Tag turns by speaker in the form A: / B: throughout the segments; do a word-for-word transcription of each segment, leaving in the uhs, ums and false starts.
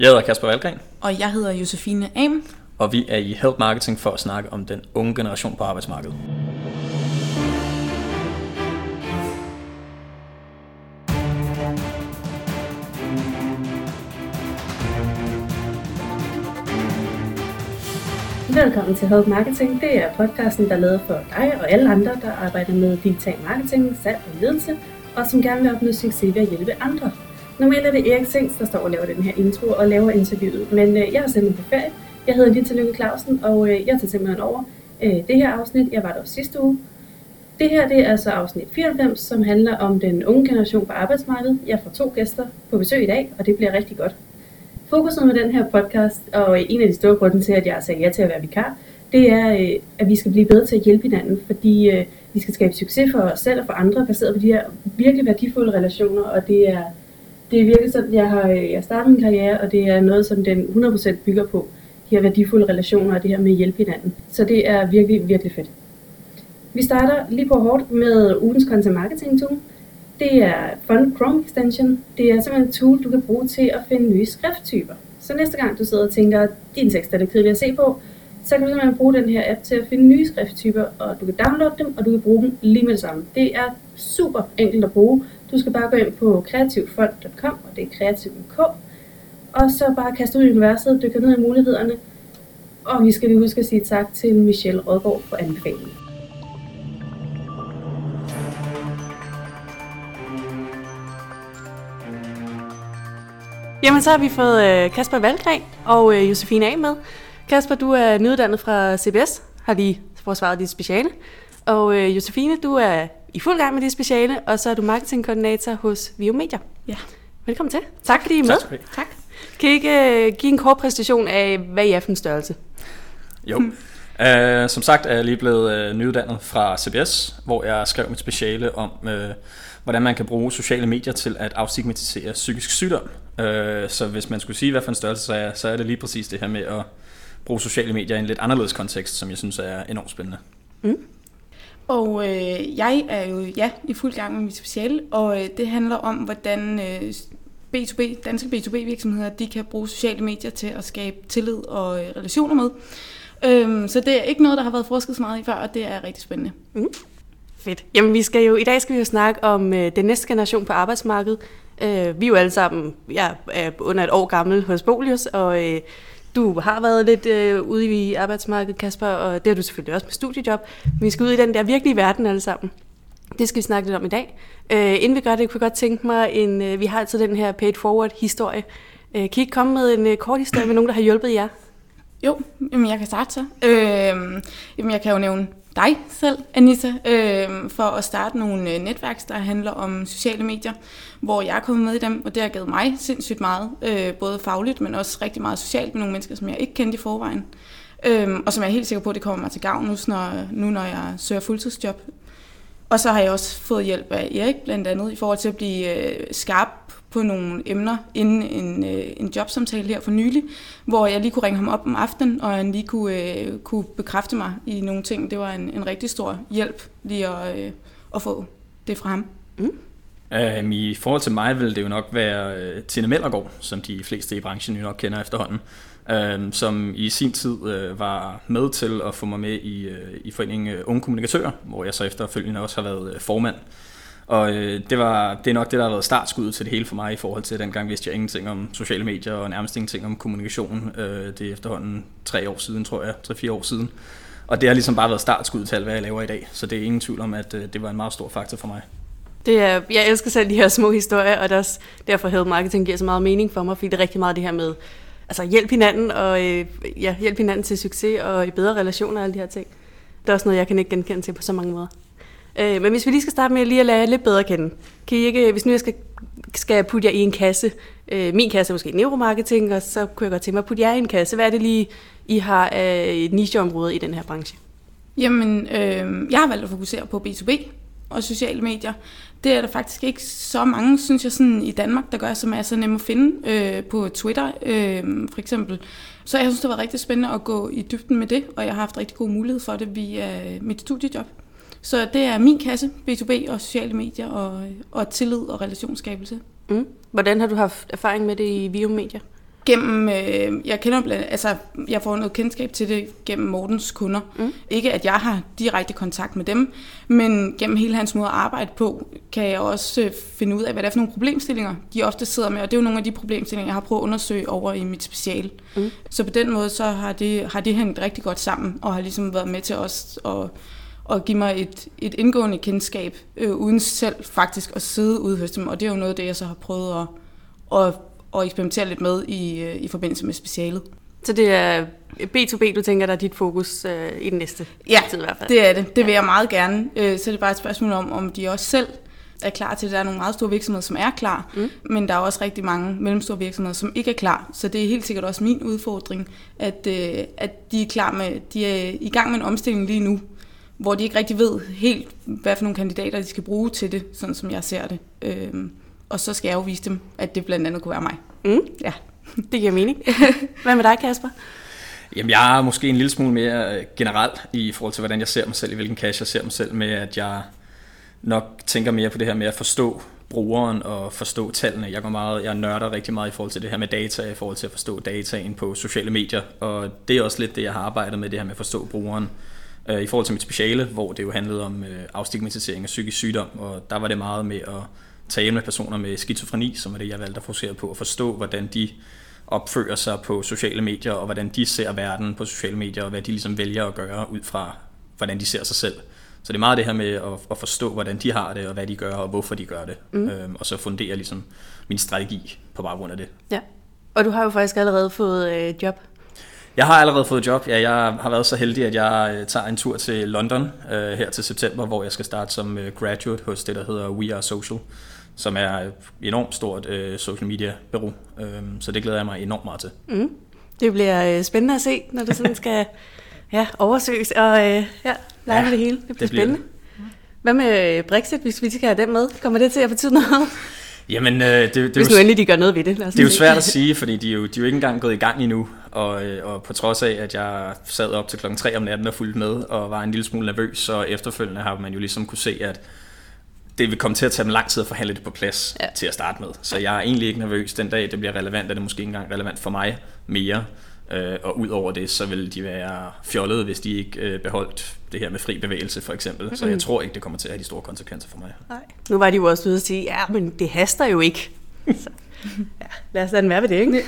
A: Jeg hedder Kasper Valgren.
B: Og jeg hedder Josefine Am.
A: Og vi er i Help Marketing for at snakke om den unge generation på arbejdsmarkedet.
C: Velkommen til Help Marketing. Det er podcasten, der er lavet for dig og alle andre, der arbejder med digital marketing, salg og ledelse, og som gerne vil opnå succes ved at hjælpe andre. Normalt er det Erik Sings, der står og laver den her intro og laver interviewet, men øh, jeg er simpelthen på ferie. Jeg hedder Lita Lykke Clausen, og øh, jeg tager simpelthen over øh, det her afsnit. Jeg var der sidste uge. Det her det er altså afsnit fireoghalvfems, som handler om den unge generation på arbejdsmarkedet. Jeg får to gæster på besøg i dag, og det bliver rigtig godt. Fokuset med den her podcast, og en af de store grunde til, at jeg sagde ja til at være vikar, det er, at vi skal blive bedre til at hjælpe hinanden, fordi vi skal skabe succes for os selv og for andre, baseret på de her virkelig værdifulde relationer, og det er, det er virkelig sådan, jeg har jeg startet min karriere, og det er noget, som den hundrede procent bygger på, de her værdifulde relationer og det her med at hjælpe hinanden. Så det er virkelig, virkelig fedt. Vi starter lige på hårdt med ugens content marketing tool. Det er Fun Chrome Extension. Det er simpelthen et tool, du kan bruge til at finde nye skrifttyper. Så næste gang du sidder og tænker, at din tekst er lidt kedelig at se på, så kan du simpelthen bruge den her app til at finde nye skrifttyper, og du kan downloade dem, og du kan bruge dem lige med det samme. Det er super enkelt at bruge. Du skal bare gå ind på kreativfond punktum com, og det er kreativ med K, og så bare kaste ud i universet, dykke ned i mulighederne, og vi skal lige huske at sige tak til Michelle Rådgaard for anbefalingen.
D: Jamen, så har vi fået øh, Kasper Valgren og øh, Josefine Am med. Kasper, du er nyuddannet fra C B S, har lige forsvaret dit speciale. Og øh, Josefine, du er i fuld gang med dit speciale, og så er du marketingkoordinator hos Vio Media.
B: Ja.
D: Velkommen til. Tak fordi I er med.
A: Tak.
D: tak. Kan I ikke øh, give en kort præsentation af, hvad I er for en størrelse?
A: Jo. Hmm. Uh, som sagt er jeg lige blevet uh, nyuddannet fra C B S, hvor jeg skrev mit speciale om, uh, hvordan man kan bruge sociale medier til at afstigmatisere psykisk sygdom. Uh, så hvis man skulle sige, hvad for en størrelse, så er, så er det lige præcis det her med at bruge sociale medier i en lidt anderledes kontekst, som jeg synes er enormt spændende.
D: Mm.
B: Og øh, jeg er jo ja, i fuld gang med mit speciale, og øh, det handler om, hvordan øh, B to B, danske B to B virksomheder, de kan bruge sociale medier til at skabe tillid og øh, relationer med. Øhm, så det er ikke noget, der har været forsket så meget i før, og det er rigtig spændende.
D: Mm. Fedt. Jamen, vi skal jo, i dag skal vi jo snakke om øh, den næste generation på arbejdsmarkedet. Øh, vi er jo alle sammen, jeg er under et år gammel hos Bolius, og øh, du har været lidt øh, ude i arbejdsmarkedet, Kasper, og det har du selvfølgelig også med studiejob. Men vi skal ud i den der virkelige verden alle sammen. Det skal vi snakke lidt om i dag. Øh, inden vi gør det, kunne jeg godt tænke mig, en, øh, vi har altid den her paid forward historie. Øh, kan I komme med en øh, kort historie med nogen, der har hjulpet jer?
B: Jo, jamen jeg kan starte så. Øh, jamen jeg kan jo nævne dig selv, Anita, øh, for at starte nogle netværk, der handler om sociale medier, hvor jeg er kommet med i dem, og det har givet mig sindssygt meget, øh, både fagligt, men også rigtig meget socialt med nogle mennesker, som jeg ikke kendte i forvejen, øh, og som jeg er helt sikker på, at det kommer mig til gavn nu, når, nu, når jeg søger fuldtidsjob. Og så har jeg også fået hjælp af Erik, blandt andet, i forhold til at blive øh, skarp på nogle emner inden en, øh, en jobsamtale her for nylig, hvor jeg lige kunne ringe ham op om aftenen, og han lige kunne, øh, kunne bekræfte mig i nogle ting. Det var en, en rigtig stor hjælp lige at, øh, at få det fra ham.
D: Mm.
A: Um, I forhold til mig vil det jo nok være uh, Tina Mellergaard, som de fleste i branchen jo nok kender efterhånden, um, som i sin tid uh, var med til at få mig med i, uh, i foreningen uh, Unge Kommunikatører, hvor jeg så efterfølgende også har været uh, formand. Og øh, det, var, det er nok det, der har været startskuddet til det hele for mig i forhold til, dengang vidste jeg ingenting om sociale medier og nærmest ingenting om kommunikation. Øh, det er efterhånden tre år siden, tror jeg, tre-fire år siden. Og det har ligesom bare været startskuddet til alt, hvad jeg laver i dag. Så det er ingen tvivl om, at øh, det var en meget stor faktor for mig.
D: Det er, jeg elsker selv de her små historier, og det er også derfor Help Marketing giver så meget mening for mig, fordi det er rigtig meget det her med altså hjælp hinanden, og øh, ja, hjælp hinanden til succes og i bedre relationer og alle de her ting. Det er også noget, jeg kan ikke genkende til på så mange måder. Men hvis vi lige skal starte med lige at lade jer lidt bedre kende, kan I ikke, hvis nu jeg skal, skal putte jer i en kasse, min kasse er måske neuromarketing, og så kunne jeg godt tænke mig at putte jer i en kasse. Hvad er det lige, I har af nicheområder i den her branche?
B: Jamen, øh, jeg har valgt at fokusere på B to B og sociale medier. Det er der faktisk ikke så mange, synes jeg, sådan i Danmark, der gør, som er så nemme at finde øh, på Twitter, øh, for eksempel. Så jeg synes, det var rigtig spændende at gå i dybden med det, og jeg har haft rigtig god mulighed for det via mit studiejob. Så det er min kasse, B to B og sociale medier og, og tillid og relationsskabelse.
D: Mm. Hvordan har du haft erfaring med det i Vio Media?
B: Gennem, øh, jeg kender blandt, altså, jeg får noget kendskab til det gennem Mortens kunder. Mm. Ikke at jeg har direkte kontakt med dem, men gennem hele hans måde at arbejde på, kan jeg også øh, finde ud af, hvad det er for nogle problemstillinger, de ofte sidder med. Og det er jo nogle af de problemstillinger, jeg har prøvet at undersøge over i mit speciale. Mm. Så på den måde, så har det, har det hængt rigtig godt sammen, og har ligesom været med til os at, at give mig et, et indgående kendskab, øh, uden selv faktisk at sidde ude hos dem. Og det er jo noget af det, jeg så har prøvet at, at og eksperimentere lidt med i, i forbindelse med specialet.
D: Så det er B to B, du tænker, der er dit fokus øh, i den næste
B: ja,
D: tid i hvert fald?
B: det er det. Det vil jeg meget gerne. Øh, så det er bare et spørgsmål om, om de også selv er klar til det. Der er nogle meget store virksomheder, som er klar, mm. men der er også rigtig mange mellemstore virksomheder, som ikke er klar. Så det er helt sikkert også min udfordring, at, øh, at de er klar med, de er i gang med en omstilling lige nu, hvor de ikke rigtig ved helt, hvad for nogle kandidater de skal bruge til det, sådan som jeg ser det. Øh, Og så skal jeg jo vise dem, at det blandt andet kunne være mig.
D: Mm. Ja, det giver mening. Hvad med dig, Kasper?
A: Jamen, jeg er måske en lille smule mere generelt i forhold til, hvordan jeg ser mig selv, i hvilken kasse jeg ser mig selv med, at jeg nok tænker mere på det her med at forstå brugeren og forstå tallene. Jeg går meget, jeg nørder rigtig meget i forhold til det her med data, i forhold til at forstå dataen på sociale medier, og det er også lidt det, jeg har arbejdet med, det her med at forstå brugeren. I forhold til mit speciale, hvor det jo handlede om afstigmatisering af psykisk sygdom, og der var det meget med at tale med personer med skizofreni, som er det, jeg valgte at fokusere på, at forstå, hvordan de opfører sig på sociale medier, og hvordan de ser verden på sociale medier, og hvad de ligesom vælger at gøre ud fra, hvordan de ser sig selv. Så det er meget det her med at, at forstå, hvordan de har det, og hvad de gør, og hvorfor de gør det. Mm. Øhm, og så fundere ligesom min strategi på baggrund af det.
D: Ja, og du har jo faktisk allerede fået øh, job.
A: Jeg har allerede fået job. Ja, jeg har været så heldig, at jeg tager en tur til London øh, her til september, hvor jeg skal starte som øh, graduate hos det, der hedder We Are Social, som er et enormt stort øh, social media bureau. Øh, så det glæder jeg mig enormt meget til. Mm.
D: Det bliver øh, spændende at se, når det sådan skal ja, oversøges og øh, ja, lege ja, med det hele. Det bliver det spændende. Bliver det. Hvad med Brexit, hvis vi skal have den med? Kommer det til at betyde noget?
A: Jamen, øh, det, det,
D: hvis nu endelig de gør noget ved det.
A: Det er jo svært at sige, fordi de er jo, de er jo ikke engang gået i gang endnu. Og, og på trods af, at jeg sad op til klokken tre om natten og fulgte med, og var en lille smule nervøs, så efterfølgende har man jo ligesom kunne se, at det vil komme til at tage dem lang tid at forhandle det på plads ja. til at starte med. Så jeg er egentlig ikke nervøs. Den dag det bliver relevant, er det måske ikke engang relevant for mig mere. Og ud over det, så vil de være fjollede, hvis de ikke beholdt det her med fri bevægelse for eksempel. Mm-hmm. Så jeg tror ikke, det kommer til at have de store konsekvenser for mig.
D: Nej. Nu var de jo også ude at sige, ja, men det haster jo ikke. Så, ja, lad os lade den være ved det, ikke?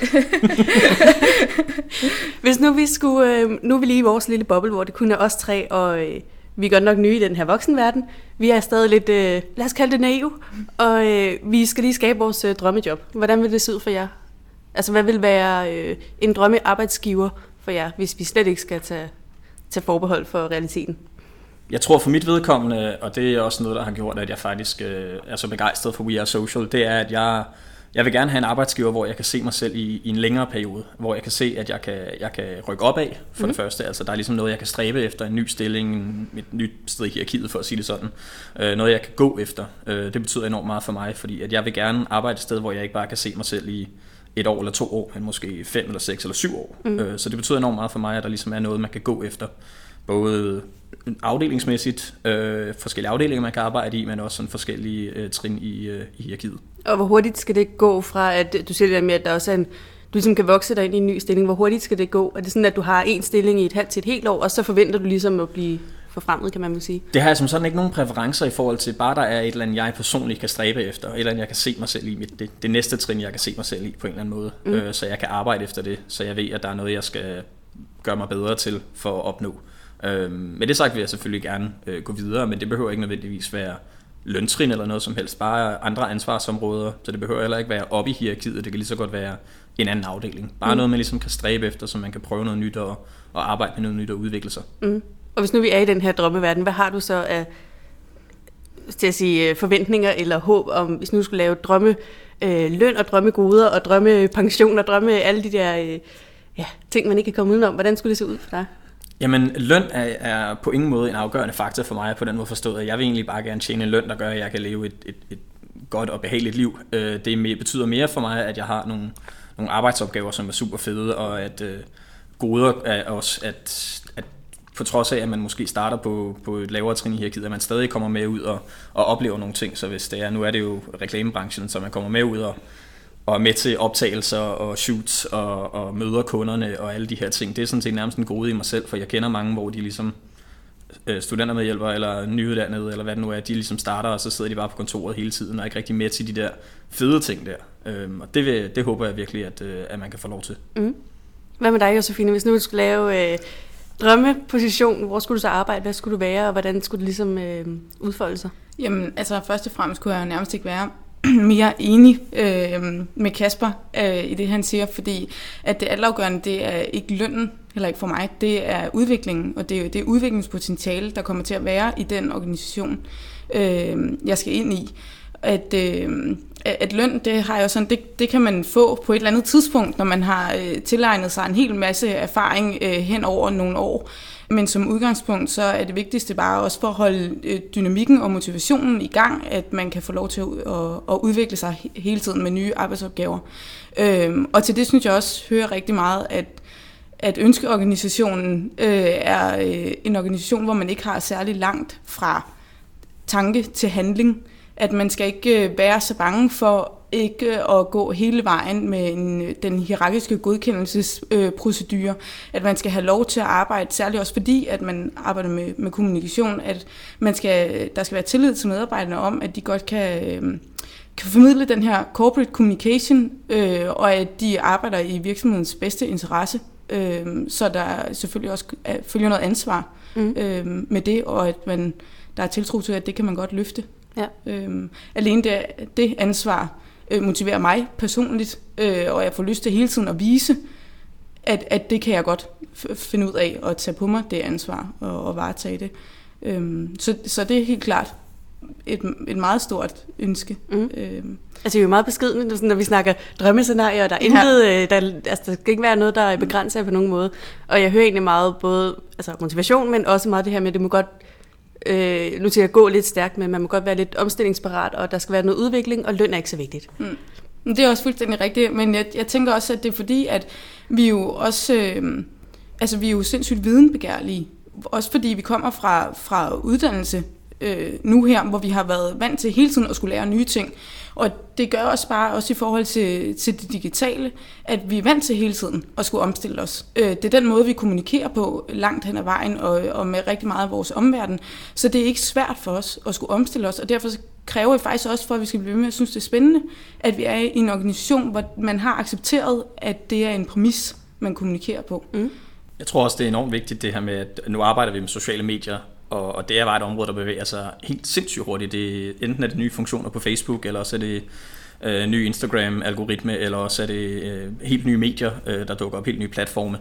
D: Hvis nu vi skulle, nu er vi lige i vores lille boble, hvor det kun er os tre, og øh, vi er godt nok nye i den her voksenverden. Vi er stadig lidt, øh, lad os kalde det naive, og øh, vi skal lige skabe vores øh, drømmejob. Hvordan vil det se ud for jer? Altså, hvad vil være øh, en drømmearbejdsgiver for jer, hvis vi slet ikke skal tage, tage forbehold for realiteten?
A: Jeg tror for mit vedkommende, og det er også noget, der har gjort, at jeg faktisk øh, er så begejstret for We Are Social, det er, at jeg, jeg vil gerne have en arbejdsgiver, hvor jeg kan se mig selv i, i en længere periode, hvor jeg kan se, at jeg kan, jeg kan rykke op af, for mm. det første. Altså, der er ligesom noget, jeg kan stræbe efter, en ny stilling, et nyt sted i hierarkiet, for at sige det sådan. Øh, noget, jeg kan gå efter. Øh, det betyder enormt meget for mig, fordi at jeg vil gerne arbejde et sted, hvor jeg ikke bare kan se mig selv i et år eller to år, men måske fem eller seks eller syv år. Mm. Øh, så det betyder enormt meget for mig, at der ligesom er noget, man kan gå efter. Både afdelingsmæssigt, øh, forskellige afdelinger, man kan arbejde i, men også sådan forskellige øh, trin i, øh, i hierarkiet.
D: Og hvor hurtigt skal det gå fra, at du siger det der med, at der også er en, du ligesom kan vokse dig ind i en ny stilling, hvor hurtigt skal det gå? Er det sådan, at du har en stilling i et halvt til et helt år, og så forventer du ligesom at blive forfremmet, kan man vel sige?
A: Det har jeg som sådan ikke nogen præferencer i forhold til, bare der er et eller andet, jeg personligt kan stræbe efter, et eller andet, jeg kan se mig selv i, det, det næste trin, jeg kan se mig selv i på en eller anden måde, mm. øh, så jeg kan arbejde efter det, så jeg ved, at der er noget, jeg skal gøre mig bedre til for at opnå. Øh, med det sagt vil jeg selvfølgelig gerne øh, gå videre, men det behøver ikke nødvendigvis være løntrin eller noget som helst, bare andre ansvarsområder, så det behøver heller ikke være oppe i hierarkiet, det kan lige så godt være en anden afdeling. Bare mm. noget, man ligesom kan stræbe efter, så man kan prøve noget nyt og, og arbejde med noget nyt og udvikle sig.
D: Mm. Og hvis nu vi er i den her drømmeverden, hvad har du så af til at sige, forventninger eller håb om, hvis nu du skulle lave drømme øh, løn og drømmegoder og drømme pension og drømme alle de der øh, ja, ting, man ikke kan komme udenom, hvordan skulle det se ud for dig?
A: Jamen, løn er, er på ingen måde en afgørende faktor for mig på den måde forstået, at jeg vil egentlig bare gerne tjene en løn, der gør, at jeg kan leve et, et, et godt og behageligt liv. Det betyder mere for mig, at jeg har nogle, nogle arbejdsopgaver, som er super fede, og at øh, goder er også, at, at på trods af, at man måske starter på, på et lavere trin i hierarkiet, at man stadig kommer med ud og, og oplever nogle ting. Så hvis det er, nu er det jo reklamebranchen, så man kommer med ud og og er med til optagelser og shoots og, og møder kunderne og alle de her ting. Det er sådan set nærmest en gode i mig selv, for jeg kender mange, hvor de ligesom studentermedhjælpere eller nyuddannede, eller hvad det nu er, de ligesom starter, og så sidder de bare på kontoret hele tiden, og er ikke rigtig med til de der fede ting der. Øhm, og det, vil, det håber jeg virkelig, at, at man kan få lov til.
D: Mm. Hvad med dig, Josefine? Hvis nu du skulle lave øh, drømmeposition, hvor skulle du så arbejde? Hvad skulle du være, og hvordan skulle det ligesom øh, udfolde sig?
B: Jamen, altså først og fremmest kunne jeg nærmest ikke være mere enig øh, med Kasper øh, i det, han siger, fordi at det altafgørende, det er ikke lønnen, heller ikke for mig, det er udviklingen, og det er det udviklingspotentiale, der kommer til at være i den organisation, øh, jeg skal ind i. At, øh, at løn, det har jeg sådan, det, det kan man få på et eller andet tidspunkt, når man har øh, tilegnet sig en hel masse erfaring øh, hen over nogle år. Men som udgangspunkt, så er det vigtigste bare også for at holde øh, dynamikken og motivationen i gang, at man kan få lov til at, at, at udvikle sig hele tiden med nye arbejdsopgaver. Øh, og til det synes jeg også hører rigtig meget, at at ønskeorganisationen øh, er øh, en organisation, hvor man ikke har særlig langt fra tanke til handling. At man skal ikke øh, være så bange for ikke at gå hele vejen med en, den hierarkiske godkendelsesprocedure. Øh, at man skal have lov til at arbejde, særligt også fordi, at man arbejder med, med kommunikation. At man skal, der skal være tillid til medarbejderne om, at de godt kan... Øh, kan formidle den her corporate communication, øh, og at de arbejder i virksomhedens bedste interesse. Øh, så der selvfølgelig også følger noget ansvar mm. øh, med det, og at man, der er tiltro til, at det kan man godt løfte. Ja. Øh, alene det, det ansvar øh, motiverer mig personligt, øh, og jeg får lyst til hele tiden at vise, at, at det kan jeg godt f- finde ud af at tage på mig, det ansvar, og, og varetage det. Øh, så, så det er helt klart et, et meget stort ønske. Mm. Øhm.
D: Altså det er jo meget beskedent, når vi snakker drømmescenarier, der er intet, ja. der, altså der skal ikke være noget, der er begrænset på nogen måde. Og jeg hører egentlig meget både altså motivation, men også meget det her med, at det må godt, øh, nu til at gå lidt stærkt, men man må godt være lidt omstillingsparat, og der skal være noget udvikling, og løn er ikke så vigtigt. Mm.
B: Det er også fuldstændig rigtigt, men jeg, jeg tænker også, at det er fordi, at vi jo også, øh, altså vi er jo sindssygt videnbegærlige, også fordi vi kommer fra, fra uddannelse, Øh, nu her, hvor vi har været vant til hele tiden at skulle lære nye ting. Og det gør også bare, også i forhold til, til det digitale, at vi er vant til hele tiden at skulle omstille os. Øh, det er den måde, vi kommunikerer på langt hen ad vejen, og, og med rigtig meget af vores omverden. Så det er ikke svært for os at skulle omstille os, og derfor kræver vi faktisk også, for at vi skal blive med at synes, det er spændende, at vi er i en organisation, hvor man har accepteret, at det er en præmis, man kommunikerer på. Mm.
A: Jeg tror også, det er enormt vigtigt det her med, at nu arbejder vi med sociale medier, og det er bare et område, der bevæger sig helt sindssygt hurtigt. Det er, enten er det nye funktioner på Facebook, eller også er det øh, ny Instagram-algoritme, eller også er det øh, helt nye medier, øh, der dukker op, helt nye platforme.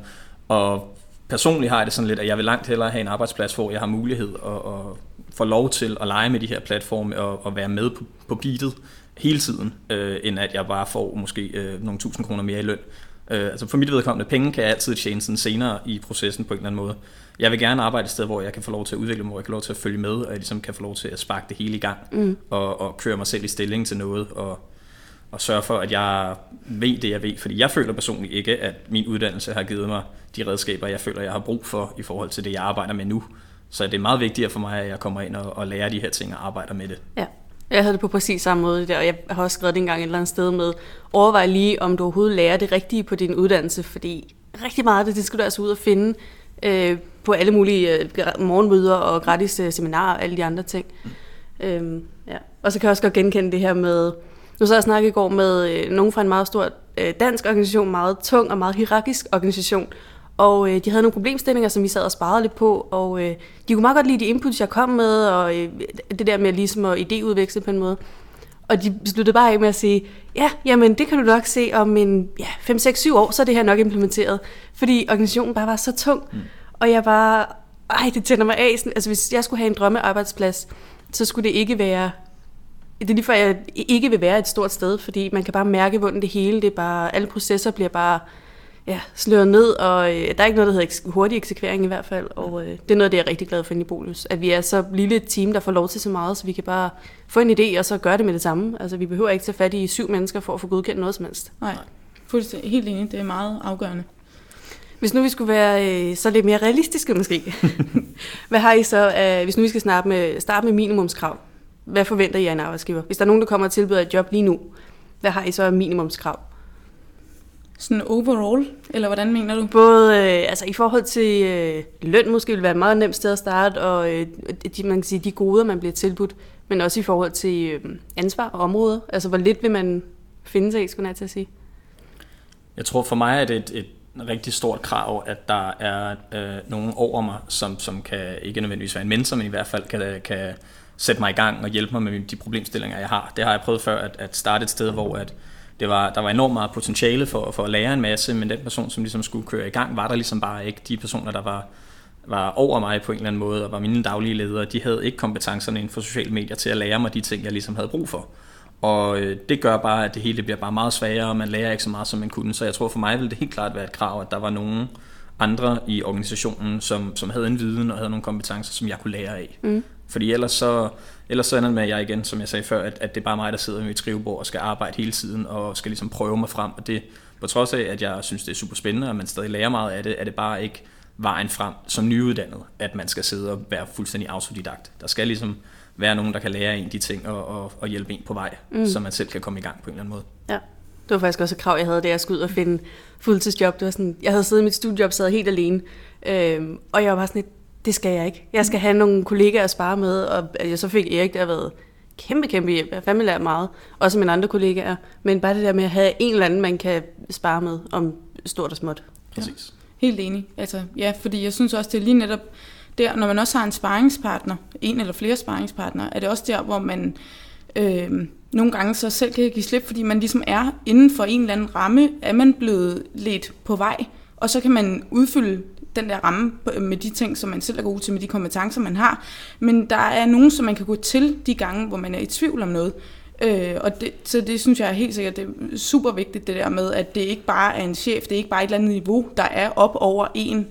A: Og personligt har jeg det sådan lidt, at jeg vil langt hellere have en arbejdsplads, hvor jeg har mulighed og, og får lov til at lege med de her platforme og, og være med på, på beatet hele tiden, øh, end at jeg bare får måske øh, nogle tusind kroner mere i løn. Øh, altså for mit vedkommende, penge kan jeg altid tjene sådan senere i processen på en eller anden måde. Jeg vil gerne arbejde et sted, hvor jeg kan få lov til at udvikle mig, hvor jeg kan få lov til at følge med, og jeg ligesom kan få lov til at sparke det hele i gang, mm. og, og køre mig selv i stilling til noget, og, og sørge for, at jeg ved det, jeg ved. Fordi jeg føler personligt ikke, at min uddannelse har givet mig de redskaber, jeg føler, jeg har brug for i forhold til det, jeg arbejder med nu. Så det er meget vigtigere for mig, at jeg kommer ind og, og lærer de her ting og arbejder med det.
D: Ja. Jeg havde det på præcis samme måde der, og jeg har også skrevet det engang et eller andet sted med, overvej lige, om du overhovedet lærer det rigtige på din uddannelse, fordi rigtig meget af det, det skal du altså ud og finde øh, på alle mulige øh, morgenmøder og gratis øh, seminarer og alle de andre ting. Mm. Øhm, ja. Og så kan jeg også godt genkende det her med, nu så jeg snakket i går med øh, nogen fra en meget stor øh, dansk organisation, meget tung og meget hierarkisk organisation, og øh, de havde nogle problemstillinger, som vi sad og sparede lidt på, og øh, de kunne meget godt lide de inputs, jeg kom med, og øh, det der med ligesom at idéudveksle på en måde. Og de sluttede bare af med at sige, ja, jamen det kan du nok se om en ja, fem, seks, syv år, så er det her nok implementeret. Fordi organisationen bare var så tung, mm. og jeg bare, ej, det tænder mig af. Altså hvis jeg skulle have en drømmearbejdsplads, så skulle det ikke være, det er lige for, at jeg ikke vil være et stort sted, fordi man kan bare mærke, hvordan det hele, det er bare, alle processer bliver bare ja, sløret ned, og øh, der er ikke noget, der hedder hurtig eksekvering i hvert fald, og øh, det er noget, det jeg er rigtig glad for i Bolus, at vi er så lille et team, der får lov til så meget, så vi kan bare få en idé, og så gøre det med det samme. Altså, vi behøver ikke tage fat i syv mennesker for at få godkendt noget som helst.
B: Nej, fuldstændig helt enig, det er meget afgørende.
D: Hvis nu vi skulle være øh, så lidt mere realistiske måske, hvad har I så, øh, hvis nu vi skal starte med, starte med minimumskrav, hvad forventer I af en arbejdsgiver? Hvis der er nogen, der kommer og tilbyder et job lige nu, Hvad har I så af minimumskrav?
B: Sådan overall, eller hvordan mener du?
D: Både øh, altså i forhold til øh, løn måske vil være et meget nemt sted at starte, og øh, de, man kan sige, de goder, man bliver tilbudt, men også i forhold til øh, ansvar og områder. Altså hvor lidt vil man finde sig i, skulle jeg til at sige?
A: Jeg tror for mig er det et, et rigtig stort krav, at der er øh, nogen over mig, som, som kan ikke nødvendigvis være en mentor, men i hvert fald kan, kan sætte mig i gang og hjælpe mig med de problemstillinger, jeg har. Det har jeg prøvet før, at, at starte et sted, hvor at det var, der var enormt meget potentiale for, for at lære en masse, men den person, som ligesom skulle køre i gang, var der ligesom bare ikke. De personer, der var, var over mig på en eller anden måde, og var mine daglige ledere, de havde ikke kompetencerne inden for sociale medier til at lære mig de ting, jeg ligesom havde brug for. Og det gør bare, at det hele bliver bare meget sværere, og man lærer ikke så meget, som man kunne. Så jeg tror for mig ville det helt klart være et krav, at der var nogen andre i organisationen, som, som havde en viden og havde nogle kompetencer, som jeg kunne lære af. Mm. Fordi ellers så, ellers så ender det med, at jeg igen, som jeg sagde før, at, at det er bare mig, der sidder ved mit skrivebord og skal arbejde hele tiden, og skal ligesom prøve mig frem. Og det, på trods af, at jeg synes, det er super spændende, og man stadig lærer meget af det, er det bare ikke vejen frem som nyuddannet, at man skal sidde og være fuldstændig autodidakt. Der skal ligesom være nogen, der kan lære en de ting og, og, og hjælpe en på vej, mm. så man selv kan komme i gang på en eller anden måde.
D: Ja, det var faktisk også et krav, jeg havde, da jeg skulle ud og finde fuldtidsjob. Det var sådan, jeg havde siddet i mit studiejob, sad helt alene, øhm, og jeg var bare sådan lidt, det skal jeg ikke. Jeg skal have nogle kollegaer at spare med, og jeg så fik Erik, der har været kæmpe, kæmpe hjælp. Jeg har fandme lært meget, også mine andre kollegaer, men bare det der med at have en eller anden, man kan spare med om stort og småt.
A: Præcis.
B: Ja, helt enig. Altså, ja, fordi jeg synes også, det er lige netop der, når man også har en sparringspartner, en eller flere sparringspartnere, er det også der, hvor man øh, nogle gange så selv kan give slip, fordi man ligesom er inden for en eller anden ramme, er man blevet ledt på vej, og så kan man udfylde den der ramme med de ting, som man selv er god til, med de kompetencer, man har. Men der er nogen, som man kan gå til de gange, hvor man er i tvivl om noget. Øh, og det, så det synes jeg er helt sikkert, det er super vigtigt, det der med, at det ikke bare er en chef, det er ikke bare et eller andet niveau, der er op over en,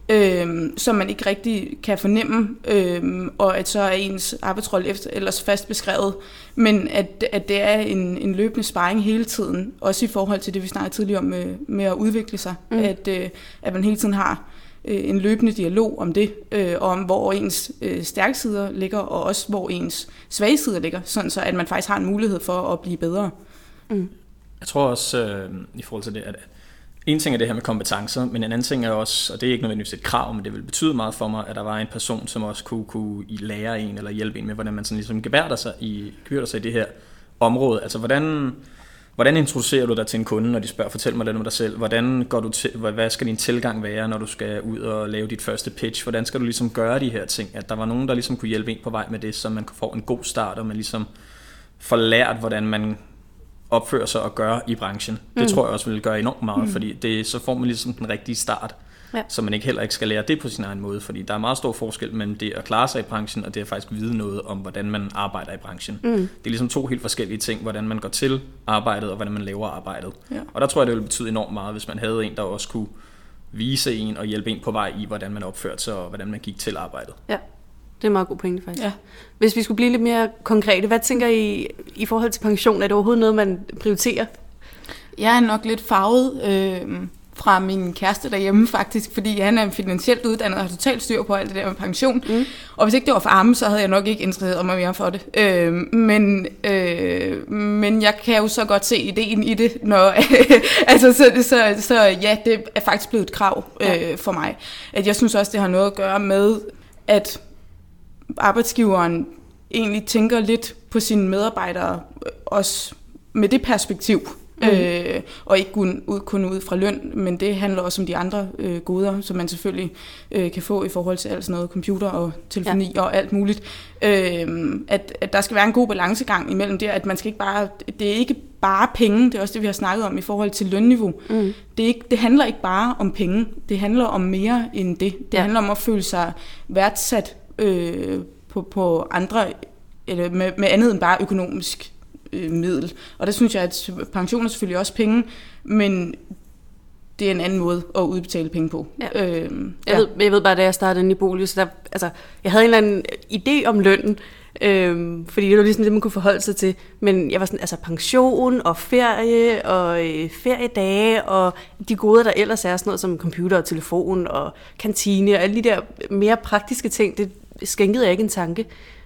B: øh, som man ikke rigtig kan fornemme, øh, og at så er ens arbejdsrolle efter, ellers fast beskrevet, men at, at det er en, en løbende sparring hele tiden, også i forhold til det, vi snakkede tidligere om med, med at udvikle sig, mm. at, øh, at man hele tiden har en løbende dialog om det, øh, og om hvor ens øh, stærke sider ligger, og også hvor ens svage sider ligger, sådan så at man faktisk har en mulighed for at blive bedre.
A: Mm. Jeg tror også, øh, i forhold til det, at en ting er det her med kompetencer, men en anden ting er også, og det er ikke nødvendigvis et krav, men det vil betyde meget for mig, at der var en person, som også kunne, kunne lære en, eller hjælpe en med, hvordan man sådan ligesom gebærder sig i, gebærder sig i det her område. Altså, hvordan... Hvordan introducerer du dig til en kunde, når de spørger, fortæl mig lidt om dig selv? Hvordan går du til, hvad skal din tilgang være, når du skal ud og lave dit første pitch? Hvordan skal du ligesom gøre de her ting? At der var nogen, der ligesom kunne hjælpe en på vej med det, så man får en god start, og man ligesom får lært, hvordan man opfører sig og gør i branchen. Det mm. tror jeg også vil gøre enormt meget, mm. fordi det, så får man ligesom den rigtige start. Ja. Så man ikke heller ikke skal lære det på sin egen måde, fordi der er meget stor forskel mellem det at klare sig i branchen, og det at faktisk vide noget om, hvordan man arbejder i branchen. Mm. Det er ligesom to helt forskellige ting, hvordan man går til arbejdet, og hvordan man laver arbejdet. Ja. Og der tror jeg, det ville betyde enormt meget, hvis man havde en, der også kunne vise en og hjælpe en på vej i, hvordan man opførte sig, og hvordan man gik til arbejdet.
D: Ja, det er en meget god pointe faktisk. Ja. Hvis vi skulle blive lidt mere konkrete, hvad tænker I i forhold til pension? Er det overhovedet noget, man prioriterer?
B: Jeg er nok lidt farvet øh, fra min kæreste derhjemme faktisk, fordi han er finansielt uddannet og har totalt styr på alt det der med pension. Mm. Og hvis ikke det var for ham, så havde jeg nok ikke interesseret mig mere for det. Øh, men, øh, men jeg kan jo så godt se ideen i det, når altså, så, så, så ja, det er faktisk blevet et krav øh, ja. for mig. At jeg synes også, det har noget at gøre med, at arbejdsgiveren egentlig tænker lidt på sine medarbejdere, også med det perspektiv. Mm. Øh, og ikke kun ud, kun ud fra løn, men det handler også om de andre øh, goder, som man selvfølgelig øh, kan få i forhold til alt sådan noget computer og telefoni ja. og alt muligt. Øh, at, at der skal være en god balancegang imellem det, at man skal ikke bare, det er ikke bare penge, det er også det, vi har snakket om i forhold til lønniveau. Mm. Det, er ikke, det handler ikke bare om penge, det handler om mere end det. Det ja. handler om at føle sig værdsat øh, på, på andre, eller med, med andet end bare økonomisk middel. Og der synes jeg, at pension er selvfølgelig også penge, men det er en anden måde at udbetale penge på. Ja. Øhm,
D: jeg, ja. ved, jeg ved bare, da jeg startede i Bolio, så der, altså, jeg havde en eller anden idé om lønnen, øhm, fordi det var ligesom det, man kunne forholde sig til. Men jeg var sådan, altså pension og ferie og øh, feriedage og de goder, der ellers er sådan noget som computer og telefon og kantine og alle de der mere praktiske ting, det skænkede jeg ikke en tanke.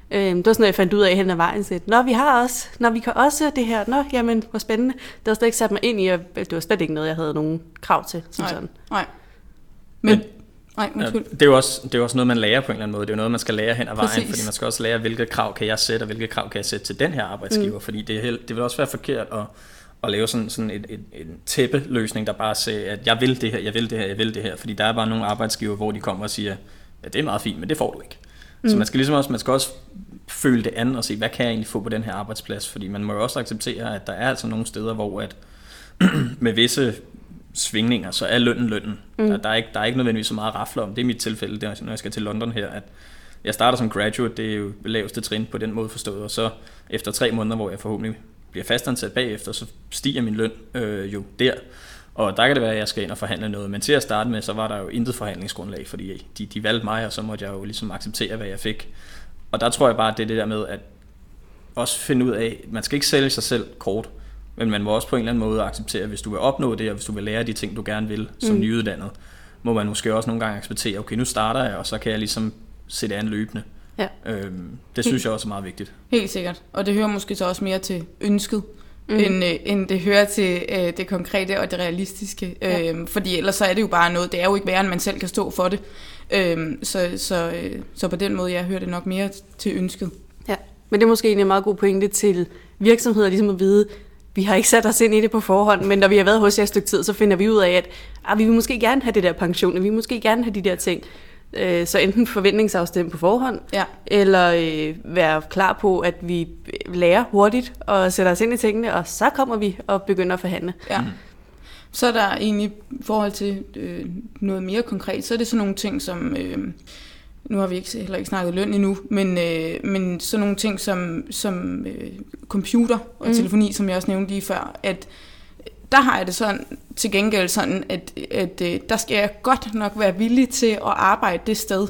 D: Øh, det var sådan noget, jeg fandt ud af hen ad vejen. Så, nå, vi har også, nå, vi kan også det her. Nå, jamen, hvor spændende. Det var slet ikke sat mig ind i, og det var slet ikke noget, jeg havde nogen krav til. Som
B: nej,
D: sådan.
B: nej. Men,
A: Men
B: nej, undskyld.
A: det er jo også, det er også noget, man lærer på en eller anden måde. Det er jo noget, man skal lære hen ad vejen,
B: Præcis.
A: fordi man skal også lære, hvilke krav kan jeg sætte, og hvilke krav kan jeg sætte til den her arbejdsgiver. Mm. Fordi det, er, det vil også være forkert at, at lave sådan, sådan en, en, en tæppeløsning, der bare siger, at jeg vil det her, jeg vil det her, jeg vil det her. Fordi der er bare nogle arbejdsgiver, hvor de kommer og siger, ja, det er meget fint, men det får du ikke. Mm. Så man skal ligesom også, man skal også føle det an og se, hvad kan jeg egentlig få på den her arbejdsplads? Fordi man må jo også acceptere, at der er altså nogle steder, hvor at med visse svingninger, så er lønnen lønnen. Mm. Der, der, er ikke, der er ikke nødvendigvis så meget at rafle om. Det er mit tilfælde, det er, når jeg skal til London her, at jeg starter som graduate, det er jo laveste trin på den måde forstået, og så efter tre måneder, hvor jeg forhåbentlig bliver fastansat bagefter, så stiger min løn øh, jo der. Og der kan det være, at jeg skal ind og forhandle noget, men til at starte med, så var der jo intet forhandlingsgrundlag, fordi de, de valgte mig, og så måtte jeg jo ligesom acceptere, hvad jeg fik. Og der tror jeg bare, at det er det der med, at også finde ud af, man skal ikke sælge sig selv kort, men man må også på en eller anden måde acceptere, at hvis du vil opnå det, og hvis du vil lære de ting, du gerne vil som mm. nyuddannet, må man måske også nogle gange acceptere, okay, nu starter jeg, og så kan jeg ligesom se det an løbende.
D: Ja.
A: Øhm, det synes jeg også er meget vigtigt.
B: Helt sikkert. Og det hører måske så også mere til ønsket, mm. end, øh, end det hører til øh, det konkrete og det realistiske. Ja. Øhm, fordi ellers så er det jo bare noget, det er jo ikke værre, end man selv kan stå for det. Øhm, så, så, øh, så på den måde, jeg hører det nok mere til ønsket.
D: Ja, men det er måske en meget god pointe til virksomheder, ligesom at vide, vi har ikke sat os ind i det på forhånd, men når vi har været hos jer et stykke tid, så finder vi ud af, at ah, vi vil måske gerne have det der pension, og vi vil måske gerne have de der ting. Så enten forventningsafstemme på forhånd,
B: ja.
D: eller øh, være klar på, at vi lærer hurtigt og sætter os ind i tingene, og så kommer vi og begynder at forhandle.
B: Ja. Mm. Så er der egentlig i forhold til øh, noget mere konkret, så er det sådan nogle ting som, øh, nu har vi ikke, heller ikke snakket løn endnu, men, øh, men sådan nogle ting som, som øh, computer og mm. telefoni, som jeg også nævnte lige før, at der har jeg det sådan, til gengæld sådan, at, at, at der skal jeg godt nok være villig til at arbejde det sted,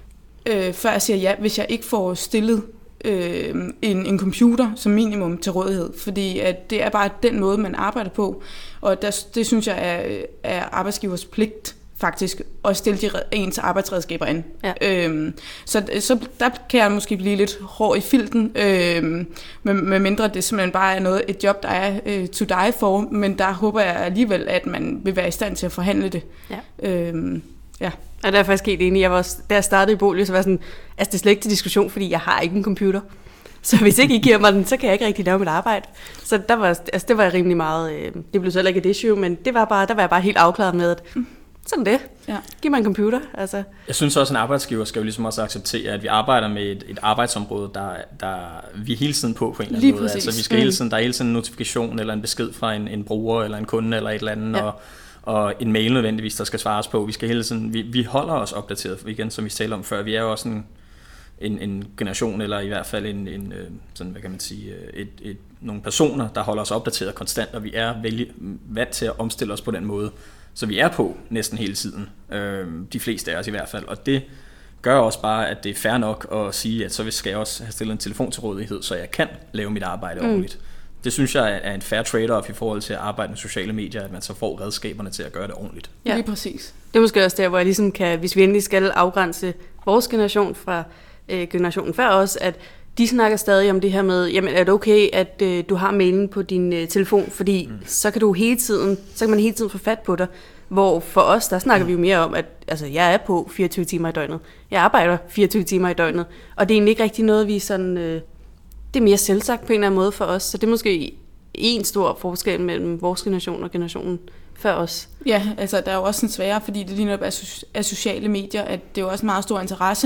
B: øh, før jeg siger ja, hvis jeg ikke får stillet øh, en, en computer som minimum til rådighed. Fordi at det er bare den måde, man arbejder på, og der, det synes jeg er, er arbejdsgivers pligt faktisk at stille de ens arbejdsredskaber an. Ja. Øhm, så, så der kan jeg måske blive lidt hård i filten, øhm, med, med mindre det simpelthen bare er noget, et job, der er øh, to die for, men der håber jeg alligevel, at man vil være i stand til at forhandle det.
D: Ja.
B: Øhm, ja.
D: Og der er faktisk helt enig. Jeg var også, da jeg startede i Bolio, så var jeg sådan, altså det er slet ikke til diskussion, fordi jeg har ikke en computer. Så hvis ikke I giver mig den, så kan jeg ikke rigtig lave mit arbejde. Så der var, altså det var jeg rimelig meget, øh, det blev så heller ikke et issue, men det var bare, der var jeg bare helt afklaret med, at sådan det. Ja. Giv mig en computer. Altså.
A: Jeg synes også, at en arbejdsgiver skal jo ligesom også acceptere, at vi arbejder med et, et arbejdsområde, der, der vi er hele tiden på på en eller anden måde. Altså, vi skal hele tiden, der er hele tiden en notifikation eller en besked fra en, en bruger eller en kunde eller et eller andet, ja. og, og en mail nødvendigvis, der skal svares på. Vi skal hele tiden, vi, vi holder os opdateret, igen, som vi talte om før. Vi er jo også en, en, en generation, eller i hvert fald en, en sådan, hvad kan man sige, et, et, nogle personer, der holder os opdateret konstant, og vi er vældig vant til at omstille os på den måde. Så vi er på næsten hele tiden, øh, de fleste af os i hvert fald, og det gør også bare, at det er fair nok at sige, at så skal jeg også have stillet en telefon til rådighed, så jeg kan lave mit arbejde mm. ordentligt. Det synes jeg er en fair trade-off i forhold til at arbejde med sociale medier, at man så får redskaberne til at gøre det ordentligt.
B: Ja, lige præcis.
D: Det er måske også der, hvor jeg ligesom kan, hvis vi endelig skal afgrænse vores generation fra øh, generationen før os, at de snakker stadig om det her med, jamen er det okay, at øh, du har mailen på din øh, telefon, fordi mm. så kan du hele tiden, så kan man hele tiden få fat på dig. Hvor for os, der snakker mm. vi jo mere om, at altså, jeg er på fireogtyve timer i døgnet. Jeg arbejder fireogtyve timer i døgnet. Og det er egentlig ikke rigtig noget, vi sådan, øh, det er mere selvsagt på en eller anden måde for os. Så det er måske en stor forskel mellem vores generation og generationen før os.
B: Ja, altså der er jo også en sværere, fordi det lige netop er, so- er sociale medier, at det er jo også meget stor interesse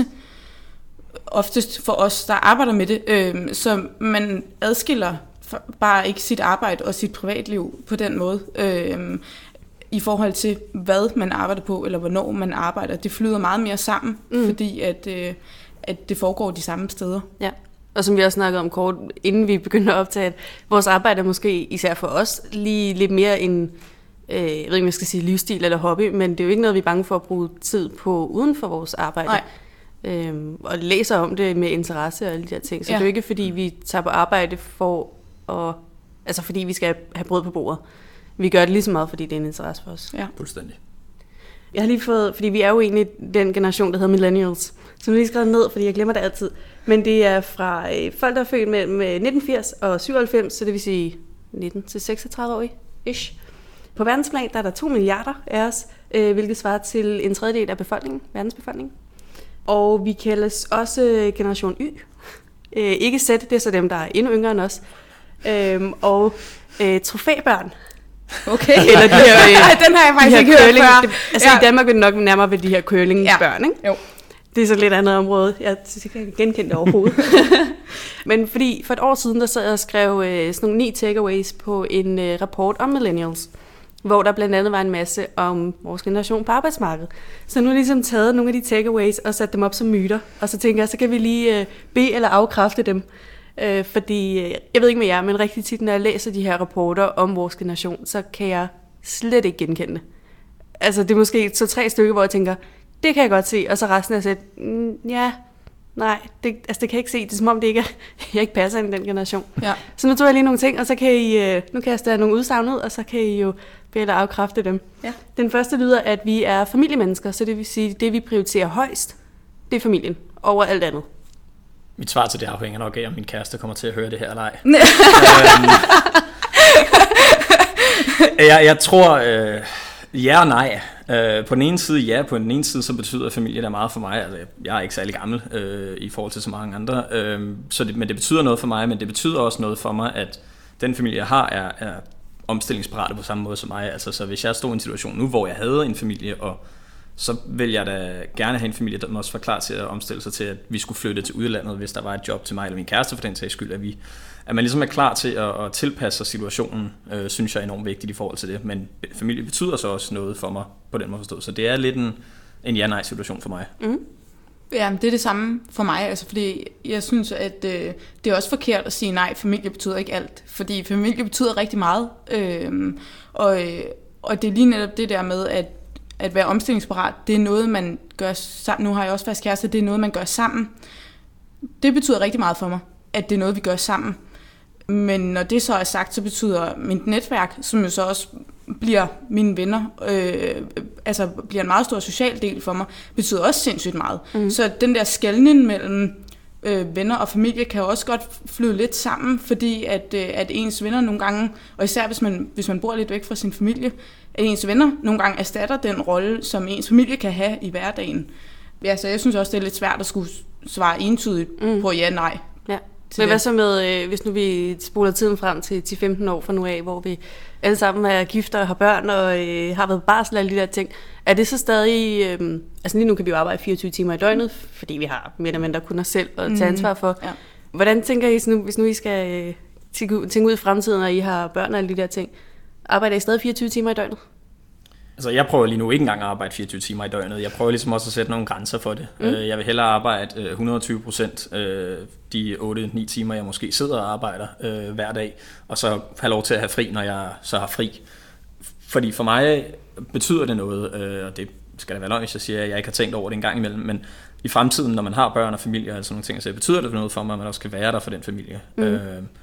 B: oftest for os, der arbejder med det, øh, så man adskiller bare ikke sit arbejde og sit privatliv på den måde, øh, i forhold til, hvad man arbejder på, eller hvornår man arbejder. Det flyder meget mere sammen, mm. fordi at, øh, at det foregår de samme steder.
D: Ja, og som vi også snakkede om kort, inden vi begyndte at optage, at vores arbejde er måske, især for os, lige lidt mere en, øh, jeg ved ikke, om jeg skal sige livsstil eller hobby, men det er jo ikke noget, vi er bange for at bruge tid på uden for vores arbejde. Nej. Øhm, og læser om det med interesse og alle de her ting. Så ja. Det er jo ikke, fordi vi tager på arbejde for at, altså fordi vi skal have brød på bordet. Vi gør det lige så meget, fordi det er en interesse for os.
A: Ja. Fuldstændig.
D: jeg har lige fået, fordi vi er jo egentlig den generation, der hedder millennials, som jeg lige skrevet ned, fordi jeg glemmer det altid. Men det er fra øh, folk, der er født mellem nitten firs og syvoghalvfems, så det vil sige nitten til seksogtredive år ish. På verdensplan der er der to milliarder af os, øh, hvilket svarer til en tredjedel af befolkningen, verdensbefolkningen. Og vi kaldes også generation Y. Øh, ikke Z, det er så dem, der er endnu yngre end os. Øh, og øh, trofæbørn.
B: Okay.
D: Eller de her, øh,
B: den har jeg faktisk ikke hørt før.
D: Det, altså ja. I Danmark vil det nok nærmere ved de her curlingbørn, ikke?
B: Jo.
D: Det er så lidt andet område. Jeg synes ikke, jeg kan genkende det overhovedet. Men fordi for et år siden, der sad jeg og skrev øh, sådan nogle ni takeaways på en øh, rapport om millennials, hvor der blandt andet var en masse om vores generation på arbejdsmarkedet. Så nu har jeg ligesom taget nogle af de takeaways og sat dem op som myter. Og så tænker jeg, så kan vi lige øh, bede eller afkræfte dem. Øh, fordi, øh, jeg ved ikke med jer, men rigtig tit, når jeg læser de her rapporter om vores generation, så kan jeg slet ikke genkende det. Altså det er måske to-tre stykker, hvor jeg tænker, det kan jeg godt se, og så resten er set, mm, ja, nej, det, altså det kan jeg ikke se. Det er som om, det ikke er, jeg ikke passer ind i den generation. Ja. Så nu tog jeg lige nogle ting, og så kan I, nu kan jeg stille nogle udsagn ud, og så kan I jo bede eller afkræfte dem. Ja. Den første lyder, at vi er familiemennesker, så det vil sige, det vi prioriterer højst, det er familien, over alt andet.
A: Mit svar til det afhænger nok af, om min kæreste kommer til at høre det her eller ej. øhm, jeg, jeg tror, øh, ja og nej. Øh, på den ene side ja, på den ene side så betyder familie der meget for mig. Altså, jeg er ikke særlig gammel øh, i forhold til så mange andre, øh, så det, men det betyder noget for mig, men det betyder også noget for mig, at den familie jeg har er, er omstillingsparate på samme måde som mig. Altså, så hvis jeg stod i en situation nu, hvor jeg havde en familie, og så vil jeg da gerne have en familie, der også var klar til at omstille sig til, at vi skulle flytte til udlandet, hvis der var et job til mig eller min kæreste for den sags skyld, at, vi, at man ligesom er klar til at, at tilpasse sig situationen, øh, synes jeg er enormt vigtigt i forhold til det. Men familie betyder så også noget for mig på den måde forstået, så det er lidt en, en ja-nej-situation for mig.
B: Mm. Ja, det er det samme for mig, altså fordi jeg synes, at øh, det er også forkert at sige nej, familie betyder ikke alt, fordi familie betyder rigtig meget, øh, og, og det er lige netop det der med, at at være omstillingsparat, det er noget, man gør sammen. Nu har jeg også fast kæreste, det er noget, man gør sammen. Det betyder rigtig meget for mig, at det er noget, vi gør sammen. Men når det så er sagt, så betyder mit netværk, som jo så også bliver mine venner, øh, altså bliver en meget stor social del for mig, betyder også sindssygt meget. Mm. Så den der skelnen mellem øh, venner og familie kan også godt flyde lidt sammen, fordi at, øh, at ens venner nogle gange, og især hvis man, hvis man bor lidt væk fra sin familie, at ens venner nogle gange erstatter den rolle, som ens familie kan have i hverdagen. Ja, så jeg synes også, det er lidt svært at skulle svare entydigt mm. på ja, nej. Ja.
D: Men hvad så med, øh, hvis nu vi spoler tiden frem til ti til femten år fra nu af, hvor vi alle sammen er gift og har børn og øh, har været på barsel og alle de der ting, er det så stadig, øh, altså lige nu kan vi jo arbejde fireogtyve timer i døgnet, fordi vi har mere eller mindre kun os selv at tage ansvar for. Ja. Hvordan tænker I, nu, hvis nu I skal øh, tænke ud i fremtiden, og I har børn og alle de der ting, arbejder I stadig fireogtyve timer i døgnet?
A: Altså, jeg prøver lige nu ikke engang at arbejde fireogtyve timer i døgnet. Jeg prøver ligesom også at sætte nogle grænser for det. Mm. Jeg vil hellere arbejde et hundrede og tyve procent de otte til ni timer, jeg måske sidder og arbejder øh, hver dag, og så have lov til at have fri, når jeg så har fri. Fordi for mig betyder det noget, øh, og det skal da være løgn, hvis jeg siger, at jeg ikke har tænkt over det en gang imellem, men i fremtiden, når man har børn og familie og sådan nogle ting, så betyder det noget for mig, at man også skal være der for den familie. Mm. Øh,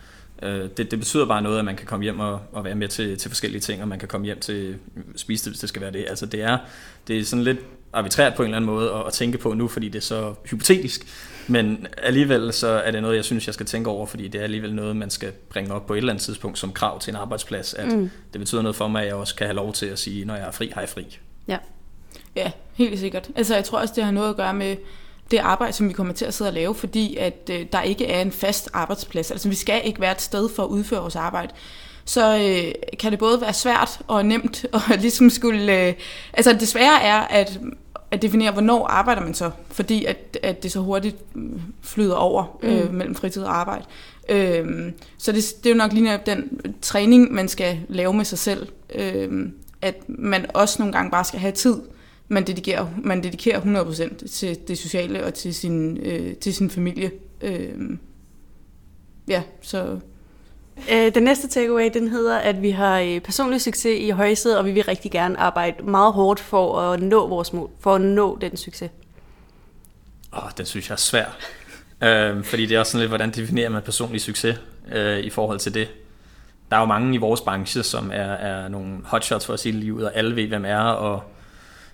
A: Det, det betyder bare noget, at man kan komme hjem og, og være med til, til forskellige ting, og man kan komme hjem til spise det, hvis det skal være det. Altså det er, det er sådan lidt arbitrært på en eller anden måde at, at tænke på nu, fordi det er så hypotetisk. Men alligevel så er det noget, jeg synes, jeg skal tænke over, fordi det er alligevel noget, man skal bringe op på et eller andet tidspunkt som krav til en arbejdsplads. At mm. det betyder noget for mig, at jeg også kan have lov til at sige, når jeg er fri, har jeg fri.
B: Ja, ja, helt sikkert. Altså jeg tror også, det har noget at gøre med det arbejde, som vi kommer til at sidde og lave, fordi at øh, der ikke er en fast arbejdsplads. Altså vi skal ikke være et sted for at udføre vores arbejde. Så øh, kan det både være svært og nemt, og ligesom skulle... Øh, altså det svære er at, at definere, hvornår arbejder man så, fordi at, at det så hurtigt flyder over øh, mm. mellem fritid og arbejde. Øh, så det, det er jo nok lige netop den træning, man skal lave med sig selv, øh, at man også nogle gange bare skal have tid. Man dedikerer, man dedikerer hundrede procent til det sociale og til sin, øh, til sin familie. Øh, ja, så...
D: Den næste takeaway, den hedder, at vi har personlig succes i højsædet, og vi vil rigtig gerne arbejde meget hårdt for at nå vores mål, for at nå den succes.
A: Åh, oh, den synes jeg er svær. øh, fordi det er også sådan lidt, hvordan definerer man personlig succes øh, i forhold til det. Der er jo mange i vores branche, som er, er nogle hotshots for at sige livet, og alle ved, hvem er, og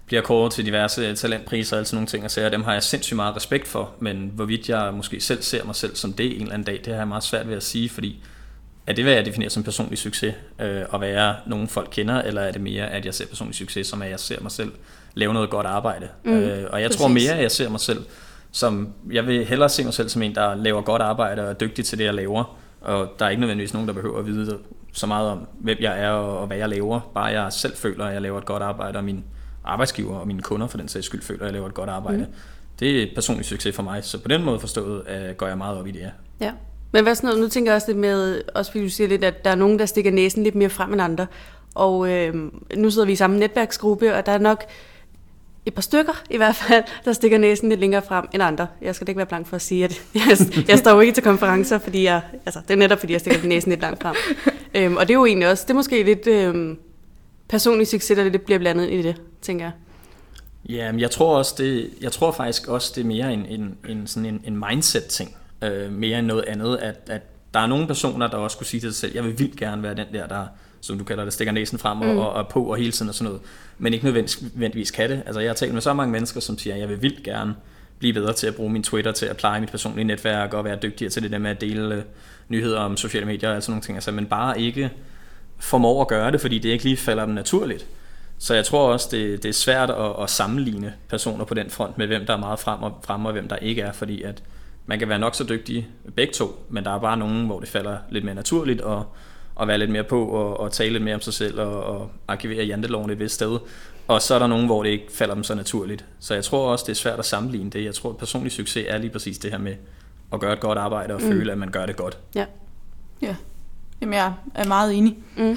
A: bliver kåret til diverse talentpriser og sådan nogle ting, og så dem har jeg sindssygt meget respekt for, men hvorvidt jeg måske selv ser mig selv som det en eller anden dag, det har jeg meget svært ved at sige, fordi er det, hvad jeg definerer som personlig succes, øh, at være nogen folk kender, eller er det mere, at jeg ser personlig succes, som at jeg ser mig selv lave noget godt arbejde? Mm, øh, og jeg præcis. tror mere, at jeg ser mig selv som, jeg vil hellere se mig selv som en, der laver godt arbejde og er dygtig til det, jeg laver, og der er ikke nødvendigvis nogen, der behøver at vide så meget om, hvem jeg er og hvad jeg laver, bare jeg selv føler, at jeg laver et godt arbejde, og min arbejdsgiver og mine kunder for den sags skyld føler, at jeg laver et godt arbejde. Mm. Det er personlig succes for mig, så på den måde forstået uh, går jeg meget op i det, ja.
D: Ja. Men hvad sådan noget, nu tænker jeg også lidt med, også fordi du siger lidt, at der er nogen, der stikker næsen lidt mere frem end andre, og øh, nu sidder vi i samme netværksgruppe, og der er nok et par stykker i hvert fald, der stikker næsen lidt længere frem end andre. Jeg skal da ikke være blank for at sige, at jeg, jeg står jo ikke til konferencer, fordi jeg, altså, det er netop fordi, jeg stikker næsen lidt langt frem. Øhm, og det er jo egentlig også, det er måske lidt øhm, personlig succes, der lidt bliver blandet i det, tænker jeg.
A: Ja, men jeg tror også, det, jeg tror faktisk også, det er mere en, en, en, sådan en, en mindset-ting, øh, mere end noget andet, at, at der er nogle personer, der også skulle sige til sig selv, jeg vil vildt gerne være den der, der som du kalder det, stikker næsen frem og, mm. og, og på og hele tiden og sådan noget, men ikke nødvendigvis kan det. Altså jeg har talt med så mange mennesker, som siger, jeg vil vildt gerne blive bedre til at bruge min Twitter, til at pleje mit personlige netværk og være dygtigere til det der med at dele uh, nyheder om sociale medier og sådan nogle ting, altså, men bare ikke formår at gøre det, fordi det ikke lige falder dem naturligt. Så jeg tror også, det, det er svært at, at sammenligne personer på den front med, hvem der er meget frem og, frem og hvem der ikke er, fordi at man kan være nok så dygtig begge to, men der er bare nogen, hvor det falder lidt mere naturligt og og være lidt mere på og, og tale lidt mere om sig selv og, og arkivere janteloven et vist sted. Og så er der nogen, hvor det ikke falder dem så naturligt. Så jeg tror også, det er svært at sammenligne det. Jeg tror, at personlig succes er lige præcis det her med at gøre et godt arbejde og mm. føle, at man gør det godt.
D: Ja,
B: ja. Jamen, jeg er meget enig. Mm.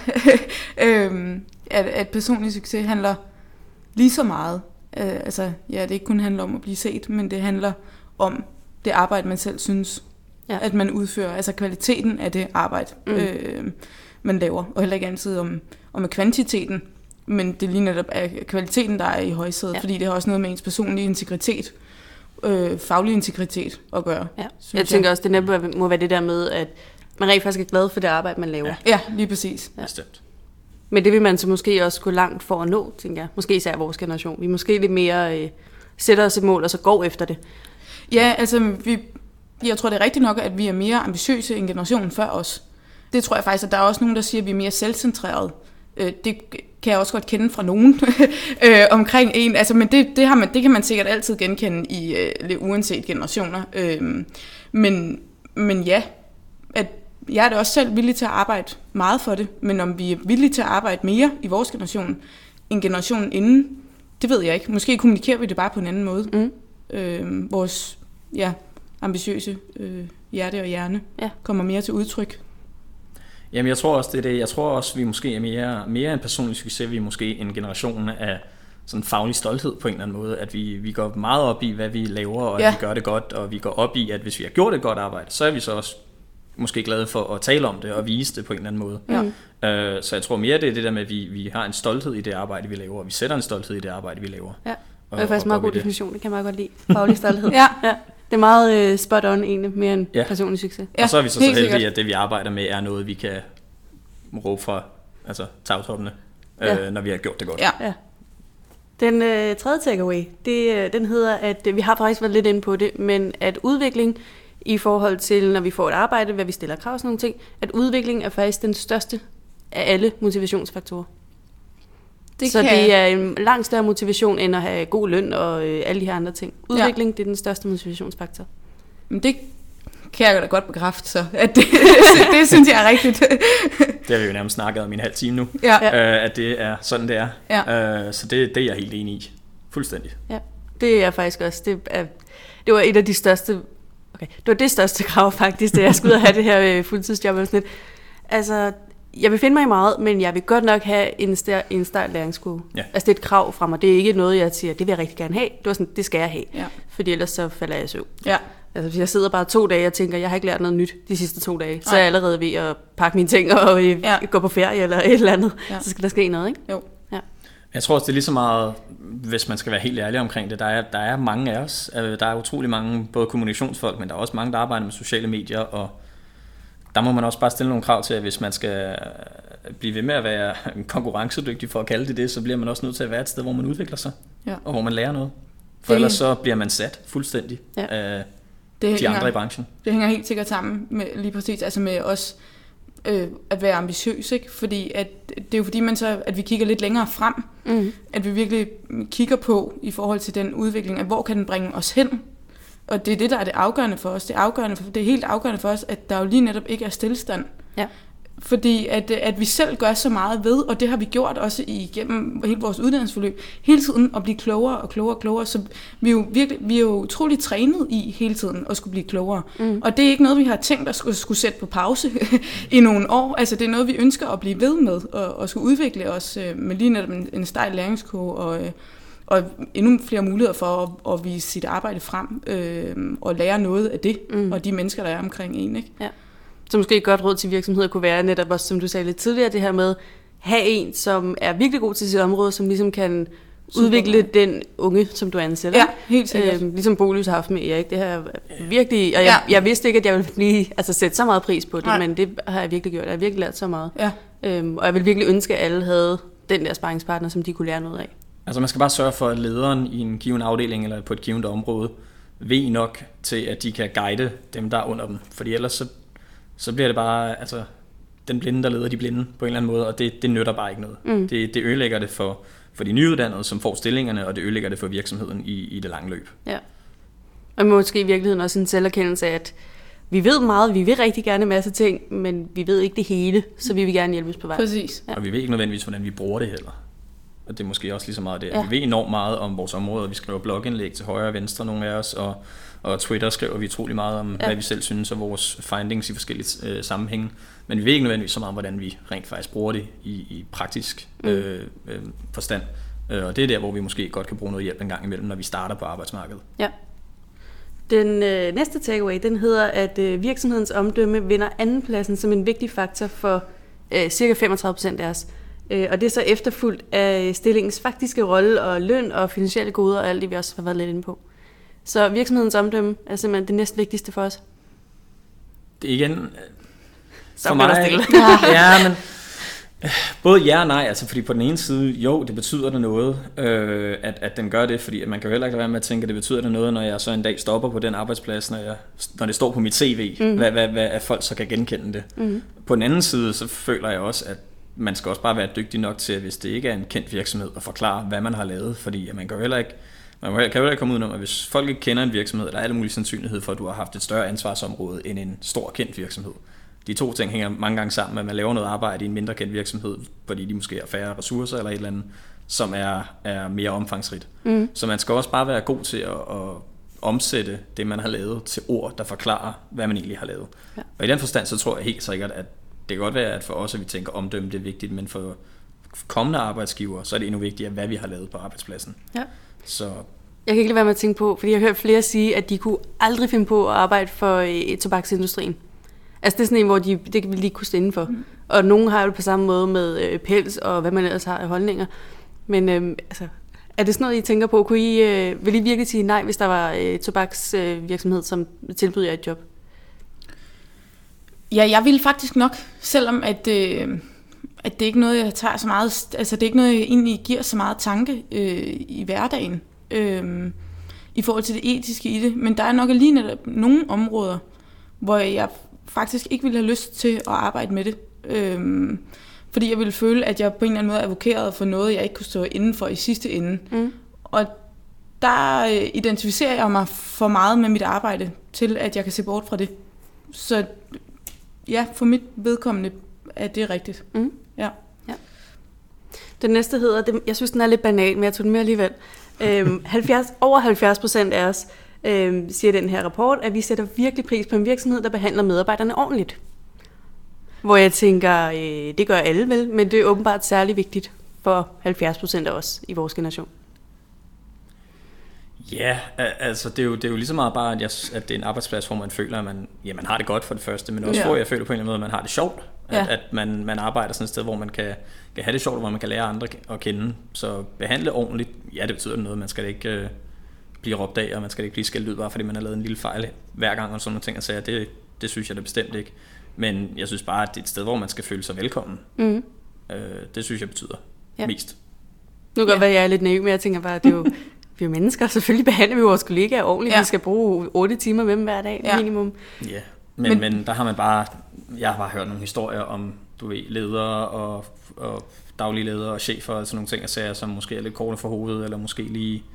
B: øhm, at, at personlig succes handler lige så meget. Øh, altså, ja, det ikke kun handler om at blive set, men det handler om det arbejde, man selv synes, ja. At man udfører, altså kvaliteten af det arbejde, mm. øh, man laver, og heller ikke altid om, om kvantiteten, men det er lige netop af kvaliteten, der er i højsædet, ja. Fordi det har også noget med ens personlige integritet, øh, faglig integritet at gøre.
D: Ja. Jeg, jeg tænker også, det netop må være det der med, at man rent faktisk er glad for det arbejde, man laver.
B: Ja, ja lige præcis.
A: Ja. Bestemt.
D: Men det vil man så måske også gå langt for at nå, tænker jeg. Måske især vores generation. Vi måske lidt mere øh, sætter os et mål, og så går efter det.
B: Ja, altså vi... Jeg tror, det er rigtigt nok, at vi er mere ambitiøse end generationen før os. Det tror jeg faktisk, at der er også nogen, der siger, at vi er mere selvcentrerede. Det kan jeg også godt kende fra nogen omkring en. Altså, men det, det, har man, det kan man sikkert altid genkende i lidt uanset generationer. Men, men ja, at jeg er da også selv villig til at arbejde meget for det. Men om vi er villige til at arbejde mere i vores generation end generationen inden, det ved jeg ikke. Måske kommunikerer vi det bare på en anden måde. Mm. Øh, vores... ja. ambitiøse øh, hjerte og hjerne ja. Kommer mere til udtryk.
A: Jamen jeg tror også det er det. Jeg tror også vi måske er mere mere en personlig succes, vi er måske en generation af sådan faglig stolthed på en eller anden måde, at vi vi går meget op i hvad vi laver og ja. At vi gør det godt, og vi går op i at hvis vi har gjort et godt arbejde, så er vi så også måske glade for at tale om det og vise det på en eller anden måde. Ja. Øh, så jeg tror mere det er det der med at vi vi har en stolthed i det arbejde vi laver, og vi sætter en stolthed i det arbejde vi laver.
D: Ja. Og, det er faktisk en meget god definition, det. det kan jeg meget godt lide. Faglig stolthed. ja. ja. Det er meget øh, spot on egentlig, mere en ja. Personlig succes.
A: Ja, og så er vi så, så heldige, at det vi arbejder med er noget, vi kan råbe fra altså, tagtoppene, ja. øh, når vi har gjort det godt.
D: Ja. Ja. Den øh, tredje takeaway, det, den hedder, at øh, vi har faktisk været lidt inde på det, men at udvikling i forhold til, når vi får et arbejde, hvad vi stiller krav og sådan nogle ting, at udvikling er faktisk den største af alle motivationsfaktorer. Det så kan... det er en langt større motivation, end at have god løn og øh, alle de her andre ting. Udvikling, ja. Det er den største motivationsfaktor.
B: Men det kan jeg da godt bekræfte, så at det, det synes jeg er rigtigt.
A: Det har vi jo nærmest snakket om i en halv time nu,
B: ja.
A: øh, at det er sådan, det er. Ja. Øh, så det, det er jeg helt enig i. Fuldstændig.
D: Ja, det er faktisk også. Det, er, det var et af de største, okay, det var det største krav faktisk, da jeg skulle ud og have det her øh, fuldtidsjob. Og sådan lidt. Altså, jeg vil finde mig i meget, men jeg vil godt nok have en, stær, en start læringskurve. Ja. Altså det er et krav fra mig. Det er ikke noget, jeg siger, det vil jeg rigtig gerne have. Det var sådan, det skal jeg have. Ja. Fordi ellers så falder jeg i søvn. Ja. Altså hvis jeg sidder bare to dage og tænker, jeg har ikke lært noget nyt de sidste to dage, Nej. Så er jeg allerede ved at pakke mine ting og øh, ja. Gå på ferie eller et eller andet. Ja. Så skal der ske noget, ikke?
B: Jo.
D: Ja.
A: Jeg tror også, det er lige så meget, hvis man skal være helt ærlig omkring det, der er, der er mange af os. Der er utrolig mange, både kommunikationsfolk, men der er også mange, der arbejder med sociale medier, og der må man også bare stille nogle krav til, at hvis man skal blive ved med at være konkurrencedygtig for at kalde det det, så bliver man også nødt til at være et sted, hvor man udvikler sig, ja. Og hvor man lærer noget. For det ellers så bliver man sat fuldstændig ja. af det de hænger, andre i branchen.
B: Det hænger helt sikkert sammen med lige præcis, altså med os øh, at være ambitiøs, ikke? Fordi at, det er jo fordi, man så, at vi kigger lidt længere frem, mm. at vi virkelig kigger på i forhold til den udvikling, at hvor kan den bringe os hen? Og det er det, der er det afgørende for os. Det er, afgørende for, det er helt afgørende for os, at der jo lige netop ikke er stillstand. Ja. Fordi at, at vi selv gør så meget ved, og det har vi gjort også igennem hele vores uddannelsesforløb, hele tiden at blive klogere og klogere og klogere. Så vi er jo, virkelig, vi er jo utroligt trænet i hele tiden at skulle blive klogere. Mm. Og det er ikke noget, vi har tænkt at skulle, skulle sætte på pause i nogle år. Altså det er noget, vi ønsker at blive ved med, og, og skulle udvikle os med lige netop en, en stejl læringskurve, og, og endnu flere muligheder for at, at vise sit arbejde frem, øh, og lære noget af det, mm. og de mennesker, der er omkring en, ikke?
D: Ja. Så måske et godt råd til virksomheder kunne være netop også, som du sagde lidt tidligere, det her med, have en, som er virkelig god til sit område, som ligesom kan Super. udvikle den unge, som du ansætter.
B: Ja, helt sikkert.
D: Øhm, ligesom Bolys har haft med Erik. Det her virkelig, og jeg, ja. jeg vidste ikke, at jeg ville blive, altså sætte så meget pris på det, Nej. men det har jeg virkelig gjort. Jeg har virkelig lært så meget. Ja. Øhm, og jeg vil virkelig ønske, at alle havde den der sparringspartner, som de kunne lære noget af.
A: Altså man skal bare sørge for, at lederen i en given afdeling eller på et givet område ved nok til, at de kan guide dem, der er under dem. Fordi ellers så så bliver det bare, altså, den blinde, der leder de blinde på en eller anden måde, og det, det nytter bare ikke noget. Mm. Det, det ødelægger det for, for de nyuddannede, som får stillingerne, og det ødelægger det for virksomheden i, i det lange løb.
D: Ja. Og måske i virkeligheden også en selverkendelse af, at vi ved meget, vi vil rigtig gerne en masse ting, men vi ved ikke det hele, så vi vil gerne hjælpes på vej.
B: Præcis.
A: Ja. Og vi ved ikke nødvendigvis, hvordan vi bruger det heller. Og det er måske også lige så meget det. Ja. Vi ved enormt meget om vores område, og vi skriver blogindlæg til højre og venstre, nogle af os, og Og Twitter skriver vi utrolig meget om, ja. hvad vi selv synes, og vores findings i forskellige øh, sammenhænge. Men vi ved ikke nødvendigvis så meget, hvordan vi rent faktisk bruger det i, i praktisk øh, øh, forstand. Øh, og det er der, hvor vi måske godt kan bruge noget hjælp en gang imellem, når vi starter på arbejdsmarkedet. Ja.
D: Den øh, næste takeaway, den hedder, at øh, virksomhedens omdømme vinder andenpladsen som en vigtig faktor for øh, cirka femogtredive procent af os. Øh, og det er så efterfulgt af stillingens faktiske rolle og løn og finansielle goder og alt det, vi også har været lidt inde på. Så virksomhedens omdømme er simpelthen det næstvigtigste for os.
A: Det er igen...
D: Så for mig,
A: ja, men både ja og nej, altså fordi på den ene side, jo, det betyder det noget, øh, at, at den gør det, fordi at man kan jo heller ikke være med at tænke, at det betyder det noget, når jeg så en dag stopper på den arbejdsplads, når, jeg, når det står på mit C V, mm. hvad, hvad, hvad, at folk så kan genkende det. Mm. På den anden side, så føler jeg også, at man skal også bare være dygtig nok til, at hvis det ikke er en kendt virksomhed, at forklare, hvad man har lavet, fordi at man kan jo heller ikke Man kan jo heller ikke komme ud om, at hvis folk ikke kender en virksomhed, der er alle mulige sandsynlighed for, at du har haft et større ansvarsområde end en stor kendt virksomhed. De to ting hænger mange gange sammen, at man laver noget arbejde i en mindre kendt virksomhed, fordi de måske har færre ressourcer eller et eller andet, som er, er mere omfangsrigt. Mm. Så man skal også bare være god til at, at omsætte det, man har lavet, til ord, der forklarer, hvad man egentlig har lavet. Ja. Og i den forstand, så tror jeg helt sikkert, at det kan godt være, at for os, at vi tænker omdømme, det er vigtigt, men for kommende arbejdsgivere, så er det endnu vigtigere, hvad vi har lavet på arbejdspladsen. Ja. Så
D: jeg kan ikke lade være med at tænke på, fordi jeg har hørt flere sige, at de kunne aldrig finde på at arbejde for øh, tobaksindustrien. Altså det er sådan en, hvor de, det kan vi lige kunne stå indenfor. Mm. Og nogen har jo det på samme måde med øh, pels og hvad man ellers har af holdninger. Men øh, altså, er det sådan noget, I tænker på? Kunne I, øh, vil I virkelig sige nej, hvis der var øh, tobaksvirksomhed, øh, som tilbyder jer et job?
B: Ja, jeg vil faktisk nok, selvom at, øh, at det ikke er noget, jeg tager så meget, altså det er ikke noget, jeg egentlig giver så meget tanke øh, i hverdagen. Øhm, i forhold til det etiske i det, men der er nok lige netop nogle områder, hvor jeg faktisk ikke ville have lyst til at arbejde med det, øhm, fordi jeg ville føle, at jeg på en eller anden måde advokerede for noget, jeg ikke kunne stå inden for i sidste ende. Mm. Og der øh, identificerer jeg mig for meget med mit arbejde, til at jeg kan se bort fra det. Så ja, for mit vedkommende er det rigtigt. Mm. Ja.
D: Ja. Den næste hedder, det, jeg synes den er lidt banal, men jeg tog den med alligevel. øhm, halvfjerds, over halvfjerds procent af os, øhm, siger den her rapport, at vi sætter virkelig pris på en virksomhed, der behandler medarbejderne ordentligt. Hvor jeg tænker, øh, det gør alle vel, men det er åbenbart særlig vigtigt for halvfjerds procent af os i vores generation.
A: Ja, altså det er jo, det er jo lige så meget bare, at, jeg, at det er en arbejdsplads, hvor man føler, at man, ja, man har det godt for det første, men også ja. hvor jeg føler på en eller anden måde, at man har det sjovt. At, ja. at man, man arbejder sådan et sted, hvor man kan, kan have det sjovt, hvor man kan lære andre at kende. Så behandle ordentligt, ja, det betyder noget. Man skal ikke øh, blive råbt af, og man skal ikke blive skældt ud, bare fordi man har lavet en lille fejl hver gang, og sådan nogle ting, og sige, det, det synes jeg da bestemt ikke. Men jeg synes bare, at det er et sted, hvor man skal føle sig velkommen.
D: Mm.
A: Øh, det synes jeg betyder
D: ja.
A: mest.
D: Nu kan godt være, at jeg er lidt naiv, men jeg tænker bare, at det er jo, vi er mennesker. Selvfølgelig behandler vi vores kollegaer ordentligt. Ja. Vi skal bruge otte timer med dem hver dag ja. minimum.
A: Ja, men, men, men der har man bare... Jeg har bare hørt nogle historier om, du ved, ledere og, og daglige ledere og chefer og sådan nogle ting, og sager, som måske er lidt korte for hovedet, eller måske lige...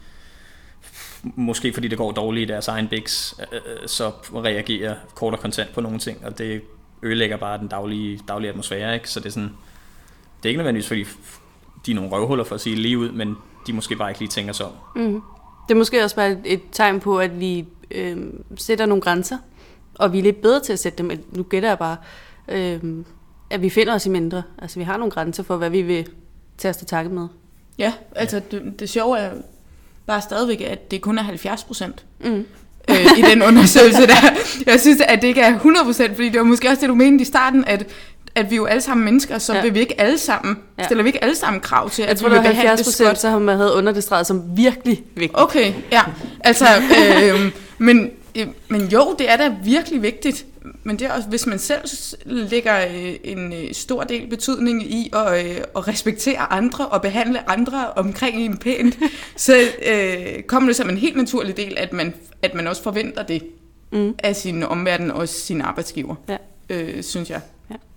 A: Måske fordi det går dårligt i deres egen biks, så reagerer kort og kontant på nogle ting, og det ødelægger bare den daglige, daglige atmosfære, ikke? Så det er sådan... Det er ikke nødvendigvis, fordi de er nogle røvhuller for at sige lige ud, men de måske bare ikke lige tænker sig om.
D: Mm. Det er måske også bare et, et tegn på, at vi øh, sætter nogle grænser, og vi er lidt bedre til at sætte dem. Nu gætter jeg bare, øh, at vi finder os i mindre. Altså vi har nogle grænser for, hvad vi vil tage os til takke med.
B: Ja, altså det, det sjove er bare stadigvæk, at det kun er halvfjerds procent.
D: Mm.
B: øh, i den undersøgelse der. Jeg synes, at det ikke er hundrede procent, fordi det var måske også det, du mente i starten, at at vi jo alle sammen mennesker, så ja. vil vi ikke alle sammen, ja. stiller vi ikke alle sammen krav til, at
D: jeg tror, vi vil halvfjerds procent, så har man havde understreget som virkelig vigtigt.
B: Okay, ja. Altså, øh, men, øh, men jo, det er da virkelig vigtigt, men det er også, hvis man selv lægger øh, en øh, stor del betydning i at, øh, at respektere andre og behandle andre omkring en pænt, så øh, kommer det som en helt naturlig del, at man, at man også forventer det mm. af sin omverden og sin arbejdsgiver, ja. øh, synes jeg.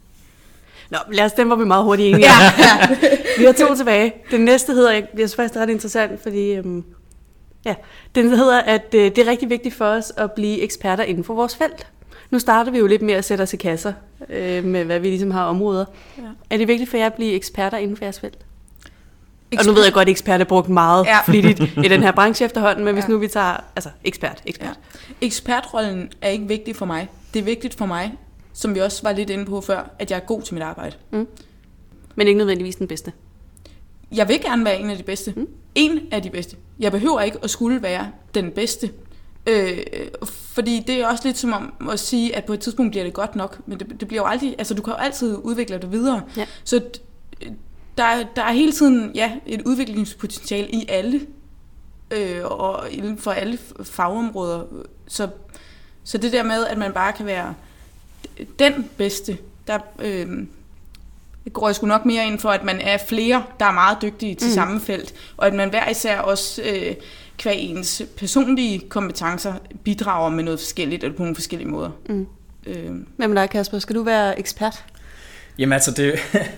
D: Nå, lad os, den var vi meget hurtigt enige. Ja, ja. Vi har to tilbage. Den næste hedder, jeg synes faktisk, det er ret interessant, fordi øhm, ja, den hedder, at øh, det er rigtig vigtigt for os at blive eksperter inden for vores felt. Nu starter vi jo lidt med at sætte os i kasser øh, med, hvad vi ligesom har områder. Ja. Er det vigtigt for jer at blive eksperter inden for jeres felt? Ekspert. Og nu ved jeg godt, at ekspert er brugt meget ja. flittigt i den her branche efterhånden, men hvis ja. nu vi tager, altså ekspert, ekspert.
B: Ja. Ekspertrollen er ikke vigtig for mig. Det er vigtigt for mig, som vi også var lidt inde på før, at jeg er god til mit arbejde.
D: Mm. Men ikke nødvendigvis den bedste?
B: Jeg vil gerne være en af de bedste. Mm. En af de bedste. Jeg behøver ikke at skulle være den bedste. Øh, fordi det er også lidt som om at sige, at på et tidspunkt bliver det godt nok, men det, det bliver jo aldrig, altså du kan jo altid udvikle det videre. Ja. Så der, der er hele tiden ja, et udviklingspotentiale i alle, øh, og inden for alle fagområder. Så, så det der med, at man bare kan være den bedste, der øh, går jeg sgu nok mere ind for, at man er flere, der er meget dygtige til mm. samme felt, og at man hver især også øh, qua ens personlige kompetencer bidrager med noget forskelligt, eller på nogle forskellige måder. Mm.
D: Øh. Hvad med dig, Kasper? Skal du være ekspert?
A: Jamen altså, det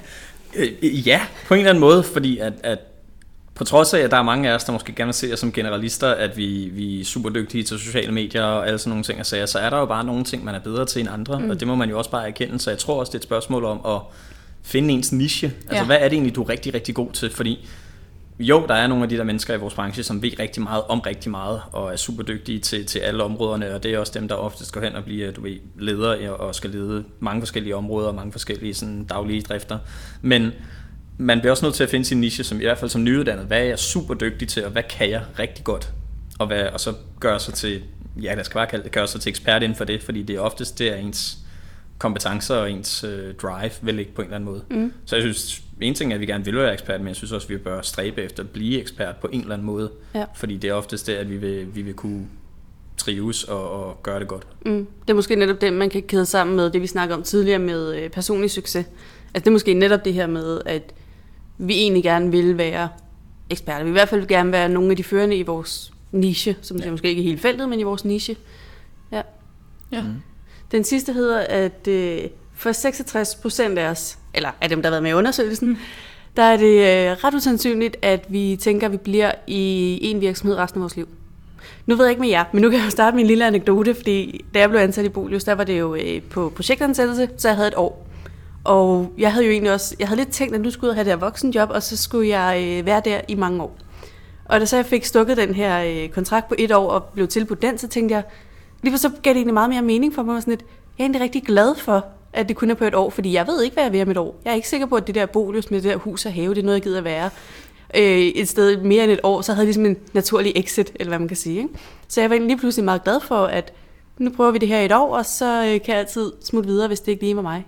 A: ja, på en eller anden måde, fordi at, at på trods af, at der er mange af os, der måske gerne vil se os som generalister, at vi, vi er super dygtige til sociale medier og alle sådan nogle ting at sige, så er der jo bare nogle ting, man er bedre til end andre, mm. og det må man jo også bare erkende, så jeg tror også, det er et spørgsmål om at finde ens niche. Altså, ja. hvad er det egentlig, du er rigtig, rigtig god til? Fordi jo, der er nogle af de der mennesker i vores branche, som ved rigtig meget om rigtig meget, og er super dygtige til, til alle områderne, og det er også dem, der ofte skal hen og blive, du ved, ledere og skal lede mange forskellige områder og mange forskellige sådan, daglige drifter. Men man bliver også nødt til at finde sin niche, som i hvert fald som nyuddannet. Hvad er jeg super dygtig til, og hvad kan jeg rigtig godt? Og, hvad, og så gør sig til, ja, der skal bare kalde det, gør sig til ekspert inden for det, fordi det er oftest det er ens kompetencer og ens øh, drive vil ikke på en eller anden måde. Mm. Så jeg synes, en ting er, at vi gerne vil være ekspert, men jeg synes også, at vi bør stræbe efter at blive ekspert på en eller anden måde. Ja. Fordi det er oftest det, at vi vil, vi vil kunne trives og, og gøre det godt.
D: Mm. Det er måske netop det, man kan kæde sammen med det, vi snakkede om tidligere med øh, personlig succes. Altså det er måske netop det her med, at vi egentlig gerne vil være eksperter. Vi vil i hvert fald gerne være nogle af de førende i vores niche, som ja. måske ikke er helt feltet, men i vores niche. Ja. Ja. Mm. Den sidste hedder, at øh, for seksogtres procent af os, eller af dem, der har været med i undersøgelsen, mm. der er det øh, ret usandsynligt, at vi tænker, at vi bliver i en virksomhed resten af vores liv. Nu ved jeg ikke med jer, men nu kan jeg jo starte med en lille anekdote, fordi da jeg blev ansat i Bolius, der var det jo øh, på projektansættelse, så jeg havde et år. Og jeg havde jo egentlig også, jeg havde lidt tænkt, at nu skulle jeg have det her voksenjob, og så skulle jeg øh, være der i mange år. Og da så jeg fik stukket den her øh, kontrakt på et år og blev tilbudt den, så tænkte jeg, lige så gav det egentlig meget mere mening for mig. Sådan lidt, jeg er egentlig rigtig glad for, at det kun er på et år, fordi jeg ved ikke, hvad jeg vil om et år. Jeg er ikke sikker på, at det der Bolius med det der hus og have, det er noget, jeg gider at være. Øh, et sted mere end et år, så havde jeg ligesom en naturlig exit, eller hvad man kan sige. Ikke? Så jeg var egentlig lige pludselig meget glad for, at nu prøver vi det her i et år, og så øh, kan jeg altid smutte videre, hvis det ikke lige var mig.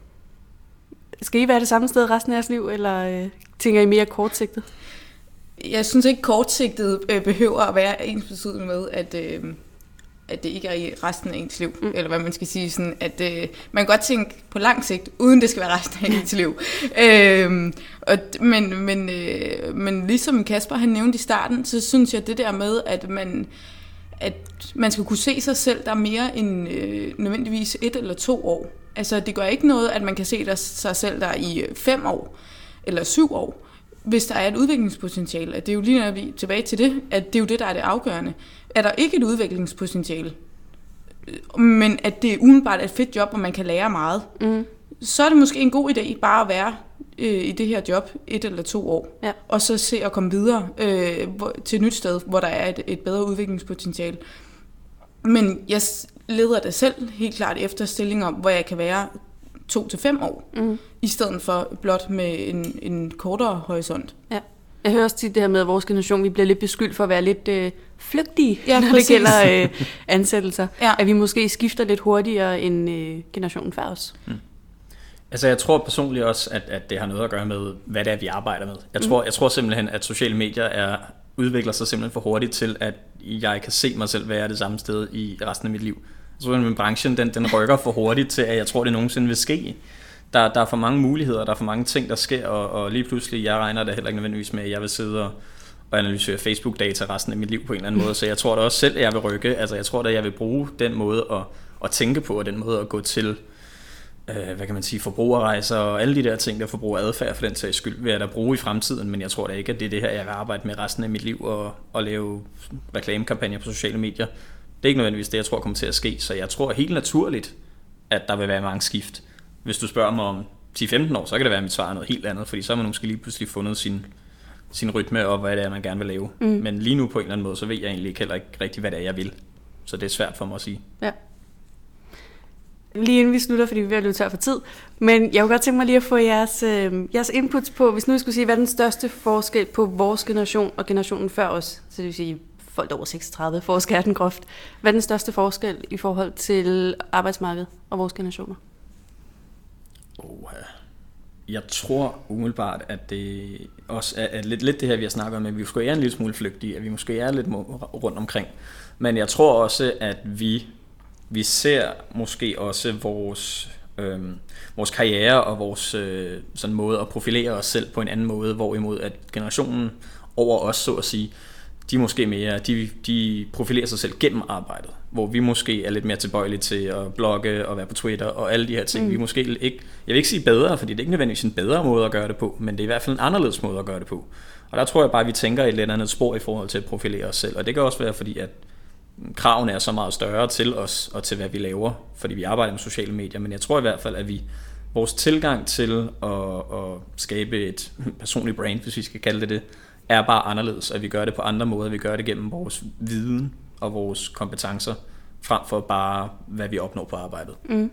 D: Skal I være det samme sted resten af jeres liv, eller øh, tænker I mere kortsigtet?
B: Jeg synes ikke, kortsigtet øh, behøver at være ensbetydende med, at, øh, at det ikke er i resten af ens liv, mm. eller hvad man skal sige, sådan, at øh, man kan godt tænke på lang sigt, uden det skal være resten af ens liv. Øh, og, men, men, øh, men ligesom Kasper han nævnte i starten, så synes jeg det der med, at man, at man skal kunne se sig selv, der er mere end øh, nødvendigvis et eller to år. Altså det gør ikke noget, at man kan se der, sig selv der i fem år, eller syv år, hvis der er et udviklingspotentiale. At det er jo lige når vi tilbage til det, at det er jo det, der er det afgørende. Er der ikke et udviklingspotentiale, men at det umiddelbart er et fedt job, hvor man kan lære meget, mm. så er det måske en god idé bare at være øh, i det her job et eller to år, ja. Og så se at komme videre øh, til et nyt sted, hvor der er et, et bedre udviklingspotentiale. Men jeg leder da selv helt klart efter stillinger, hvor jeg kan være to til fem år, mm. i stedet for blot med en, en kortere horisont.
D: Ja. Jeg hører også tit det her med, at vores generation, vi bliver lidt beskyldt for at være lidt øh, flygtige,
B: ja,
D: når
B: præcis.
D: det gælder øh, ansættelser.
B: Ja.
D: At vi måske skifter lidt hurtigere end øh, generationen før os. Mm.
A: Altså jeg tror personligt også, at, at det har noget at gøre med, hvad det er, vi arbejder med. Jeg tror, mm. jeg tror simpelthen, at sociale medier er, udvikler sig simpelthen for hurtigt til, at jeg kan se mig selv være det samme sted i resten af mit liv. Jeg tror, at min branchen den, den rykker for hurtigt til, at jeg tror, det nogensinde vil ske. Der, der er for mange muligheder, der er for mange ting, der sker, og, og lige pludselig, jeg regner det heller ikke nødvendigvis med, at jeg vil sidde og, og analysere Facebook-data resten af mit liv på en eller anden måde. Så jeg tror da også selv, at jeg vil rykke. Altså jeg tror da, jeg vil bruge den måde at, at tænke på, og den måde at gå til, øh, hvad kan man sige, forbrugerrejser og alle de der ting, der forbruger adfærd for den sags skyld, vil jeg da bruge i fremtiden, men jeg tror da ikke, at det er det her, jeg vil arbejde med resten af mit liv og, og lave reklamekampagner på sociale medier. Det er ikke nødvendigvis det, jeg tror kommer til at ske, så jeg tror helt naturligt, at der vil være mange skift. Hvis du spørger mig om ti til femten år, så kan det være, at mit svar er noget helt andet, fordi så har man måske lige pludselig fundet sin, sin rytme og hvad det er, man gerne vil lave. Mm. Men lige nu på en eller anden måde, så ved jeg egentlig heller ikke rigtig, hvad det er, jeg vil. Så det er svært for mig at sige.
D: Ja. Lige inden vi slutter, fordi vi er ved at løbe tør for tid, men jeg kunne godt tænke mig lige at få jeres, øh, jeres inputs på, hvis nu I skulle sige, hvad er den største forskel på vores generation og generationen før os, så det vil sige folk over seksogtredive, for at skære den groft. Hvad er den største forskel i forhold til arbejdsmarkedet og vores generationer?
A: Oh, jeg tror umiddelbart, at det også er at lidt, lidt det her, vi har snakket om, at vi måske er en lille smule flygtige, at vi måske er lidt rundt omkring. Men jeg tror også, at vi, vi ser måske også vores, øh, vores karriere og vores øh, sådan måde at profilere os selv på en anden måde, hvorimod at generationen over os, så at sige, de måske mere, de, de profilerer sig selv gennem arbejdet, hvor vi måske er lidt mere tilbøjelige til at blogge og være på Twitter og alle de her ting. Mm. Vi er måske ikke, jeg vil ikke sige bedre, fordi det er ikke nødvendigvis en bedre måde at gøre det på, men det er i hvert fald en anderledes måde at gøre det på. Og der tror jeg bare, at vi tænker et lidt andet spor i forhold til at profilere os selv, og det kan også være, fordi at kravene er så meget større til os og til hvad vi laver, fordi vi arbejder med sociale medier, men jeg tror i hvert fald, at vi vores tilgang til at, at skabe et personligt brand, hvis vi skal kalde det det, er bare anderledes, at vi gør det på andre måder. Vi gør det gennem vores viden og vores kompetencer, frem for bare, hvad vi opnår på arbejdet. Mm.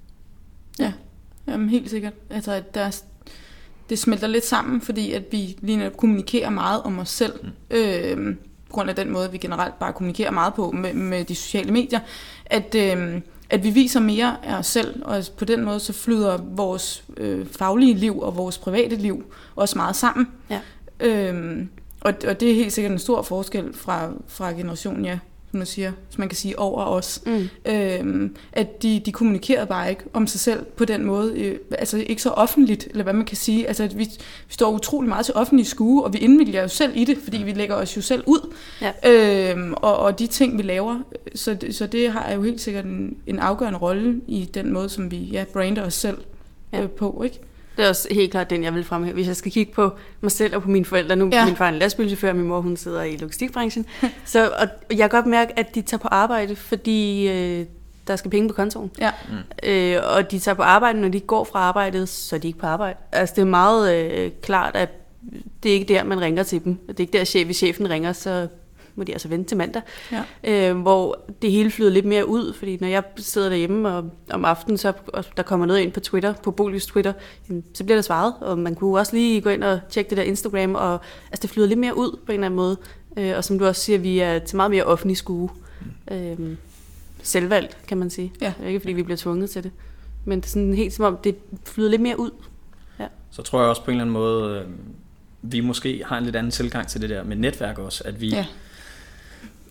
B: Ja, jamen, helt sikkert. Altså, at der, det smelter lidt sammen, fordi at vi lige nu kommunikerer meget om os selv, mm. øh, på grund af den måde, vi generelt bare kommunikerer meget på med, med de sociale medier, at, øh, at vi viser mere af os selv, og på den måde så flyder vores øh, faglige liv og vores private liv også meget sammen. Ja. Øhm, og, og det er helt sikkert en stor forskel fra, fra generationen, ja, som man siger, som man kan sige over os. Mm. Øhm, at de, de kommunikerer bare ikke om sig selv på den måde, øh, altså ikke så offentligt, eller hvad man kan sige. Altså at vi, vi står utrolig meget til offentlig skue, og vi indvilger jo selv i det, fordi vi lægger os jo selv ud. Ja. Øhm, og, og de ting, vi laver, så, så det har jo helt sikkert en, en afgørende rolle i den måde, som vi ja, brander os selv ja. øh, på, ikke?
D: Det er også helt klart den, jeg vil fremhæve. Hvis jeg skal kigge på mig selv og på mine forældre, nu ja. Min far er en lastbilchauffør, min mor hun sidder i logistikbranchen, så og jeg kan godt mærke, at de tager på arbejde, fordi øh, der skal penge på kontoen. Ja. Mm. Øh, og de tager på arbejde, når de går fra arbejdet, så er de ikke på arbejde. Altså det er meget øh, klart, at det er ikke der, man ringer til dem. Det er ikke der, chef, hvis chefen ringer, så må de altså vente til mandag, ja. øh, hvor det hele flyder lidt mere ud, fordi når jeg sidder derhjemme og om aftenen, så og der kommer noget ind på Twitter, på Bolius Twitter, så bliver der svaret, og man kunne også lige gå ind og tjekke det der Instagram, og altså det flyder lidt mere ud på en eller anden måde, øh, og som du også siger, vi er til meget mere offentlig skue. Øh, selvvalgt, kan man sige. Ja. Ikke fordi vi bliver tvunget til det, men det er sådan helt som om, det flyder lidt mere ud. Ja.
A: Så tror jeg også på en eller anden måde, øh, vi måske har en lidt anden tilgang til det der med netværk også, at vi ja.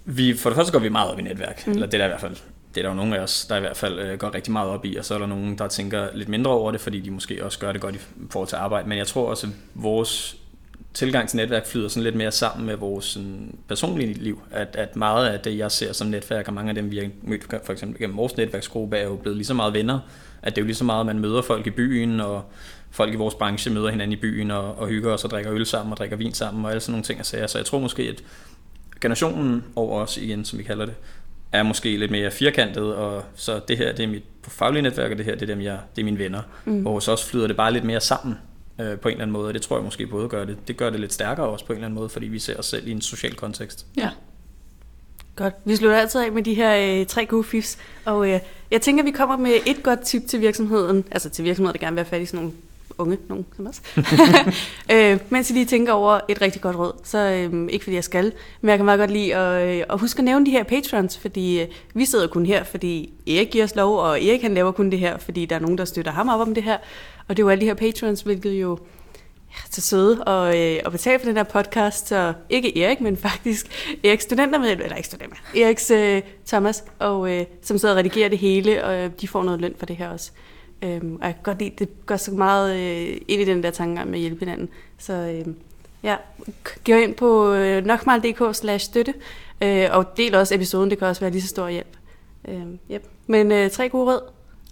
A: Vi, for det første går vi meget op i netværk, mm. eller det er der i hvert fald. Det er der jo nogle af os, der i hvert fald øh, går rigtig meget op i, og så er der nogen, der tænker lidt mindre over det, fordi de måske også gør det godt i forhold til arbejde. Men jeg tror også, at vores tilgang til netværk flyder sådan lidt mere sammen med vores sådan, personlige liv. At, at meget af det, jeg ser som netværk, og mange af dem, vi har mødt for eksempel gennem vores netværksgruppe, er jo blevet lige så meget venner. At det er jo lige så meget, at man møder folk i byen, og folk i vores branche møder hinanden i byen, og, og hygger os og drikker øl sammen, og drikker vin sammen, og alle sådan nogle ting at sige. Så jeg tror måske, at generationen over os igen, som vi kalder det, er måske lidt mere firkantet, og så det her, det er mit faglige netværk, og det her, det er, dem, jeg, det er mine venner. Mm. Og hos os flyder det bare lidt mere sammen øh, på en eller anden måde, og det tror jeg måske både gør det. Det gør det lidt stærkere også på en eller anden måde, fordi vi ser os selv i en social kontekst.
D: Ja. Godt. Vi slutter altid af med de her øh, tre gode fifs, og øh, jeg tænker, vi kommer med et godt tip til virksomheden, altså til virksomheder, der gerne vil være fat i sådan nogle unge, nogen som os. øh, mens I lige tænker over et rigtig godt råd, så øh, ikke fordi jeg skal, men jeg kan meget godt lide at, øh, at huske at nævne de her patrons, fordi øh, vi sidder kun her, fordi Erik giver os lov, og Erik han laver kun det her, fordi der er nogen, der støtter ham op om det her, og det er jo alle de her patrons, hvilket jo er så søde og, øh, og betale for den her podcast, så ikke Erik, men faktisk Eriks studenter med, eller ikke studenter, Eriks øh, Thomas, og øh, som sidder og redigerer det hele, og øh, de får noget løn for det her også. Øhm, og jeg kan godt lide, det går så meget øh, ind i den der tanke med at hjælpe hinanden. Så øh, ja, gå ind på øh, nokmal punktum d k slash støtte, øh, og del også episoden, det kan også være lige så stor hjælp. Øh, yep. Men øh, tre gode råd.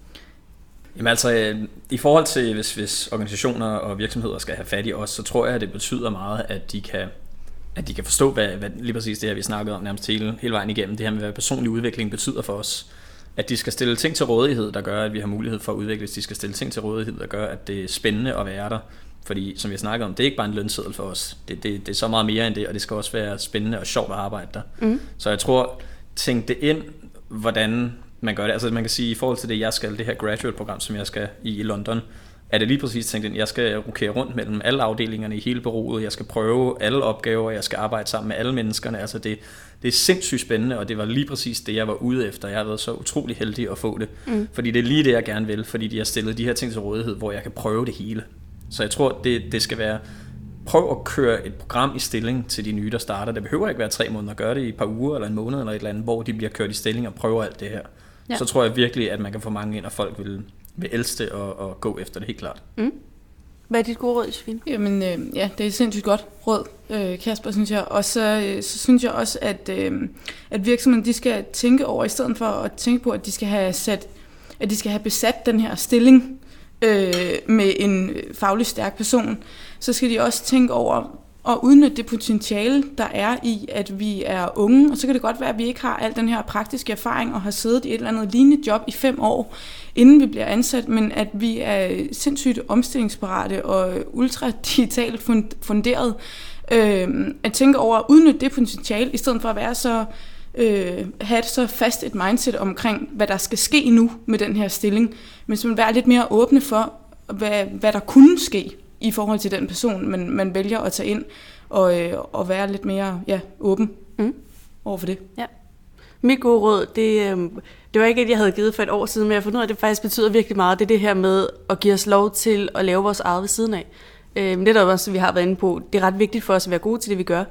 A: Jamen altså, øh, i forhold til, hvis, hvis organisationer og virksomheder skal have fat i os, så tror jeg, at det betyder meget, at de kan, at de kan forstå, hvad, hvad lige præcis det her, vi snakkede om nærmest hele, hele vejen igennem, det her med, hvad personlig udvikling betyder for os. At de skal stille ting til rådighed, der gør, at vi har mulighed for at udvikle. De skal stille ting til rådighed, der gør, at det er spændende at være der. Fordi, som vi har snakket om, det er ikke bare en lønseddel for os. Det, det, det er så meget mere end det, og det skal også være spændende og sjovt at arbejde der. Mm. Så jeg tror, tænk det ind, hvordan man gør det. Altså man kan sige, i forhold til det, jeg skal, det her graduate-program, som jeg skal i i London, er det lige præcis tænkt ind, jeg skal rokere rundt mellem alle afdelingerne i hele bureauet, jeg skal prøve alle opgaver, jeg skal arbejde sammen med alle menneskerne. Altså det, det er sindssygt spændende, og det var lige præcis det, jeg var ude efter. Jeg har været så utrolig heldig at få det, mm. fordi det er lige det, jeg gerne vil, fordi de har stillet de her ting til rådighed, hvor jeg kan prøve det hele. Så jeg tror, det, det skal være, prøv at køre et program i stilling til de nye, der starter. Det behøver ikke være tre måneder at gøre det i et par uger eller en måned eller et eller andet, hvor de bliver kørt i stilling og prøver alt det her. Ja. Så tror jeg virkelig, at man kan få mange ind, og folk vil, vil elske det og, og gå efter det helt klart.
D: Mm. Hvad er dit gode råd, Josefine?
B: Jamen, øh, ja, det er et sindssygt godt råd, øh, Kasper, synes jeg. Og så, øh, så synes jeg også, at, øh, at virksomheden, de skal tænke over, i stedet for at tænke på, at de skal have, sat, at de skal have besat den her stilling øh, med en faglig stærk person, så skal de også tænke over og udnytte det potentiale, der er i, at vi er unge. Og så kan det godt være, at vi ikke har al den her praktiske erfaring og har siddet i et eller andet lignende job i fem år, inden vi bliver ansat, men at vi er sindssygt omstillingsparate og ultra digitalt funderet. Øh, at tænke over at udnytte det potentiale, i stedet for at være så, øh, have et så fast et mindset omkring, hvad der skal ske nu med den her stilling, men så være lidt mere åbne for, hvad, hvad der kunne ske i forhold til den person, man, man vælger at tage ind, og, øh, og være lidt mere ja, åben mm. over for det.
D: Ja. Mit gode råd, det, øh, det var ikke et, jeg havde givet for et år siden, men jeg har fundet ud af, at det faktisk betyder virkelig meget. Det er det her med at give os lov til at lave vores eget ved siden af. Øh, det er der også, vi har været inde på. Det er ret vigtigt for os at være gode til det, vi gør.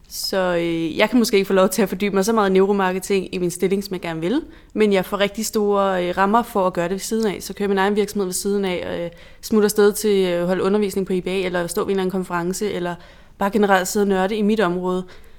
D: Så øh, jeg kan måske ikke få lov til at fordybe mig så meget neuromarketing i min stilling, som jeg gerne vil, men jeg får rigtig store øh, rammer for at gøre det ved siden af. Så kører min egen virksomhed ved siden af, og øh, smutter afsted til at øh, holde undervisning på I B A, eller stå ved en eller anden konference, eller bare generelt sidde og nørde i mit område.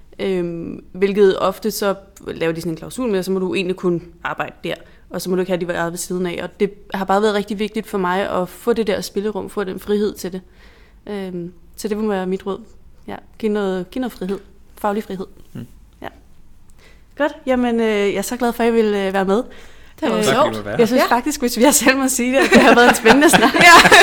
D: Øh, hvilket ofte så laver de sådan en klausul med, så må du egentlig kun arbejde der, og så må du ikke have de været ved siden af. Og det har bare været rigtig vigtigt for mig at få det der spillerum, få den frihed til det. Øh, så det må være mit råd. Ja, giv noget, giv noget frihed. Faglig frihed. Mm. Ja. Godt. Jamen, øh, jeg er så glad for, at I vil øh, være med.
B: Det var
A: øh,
B: sjovt.
D: Jeg synes ja. faktisk, hvis jeg selv må sige det, at det har været en spændende snak.
B: Ja.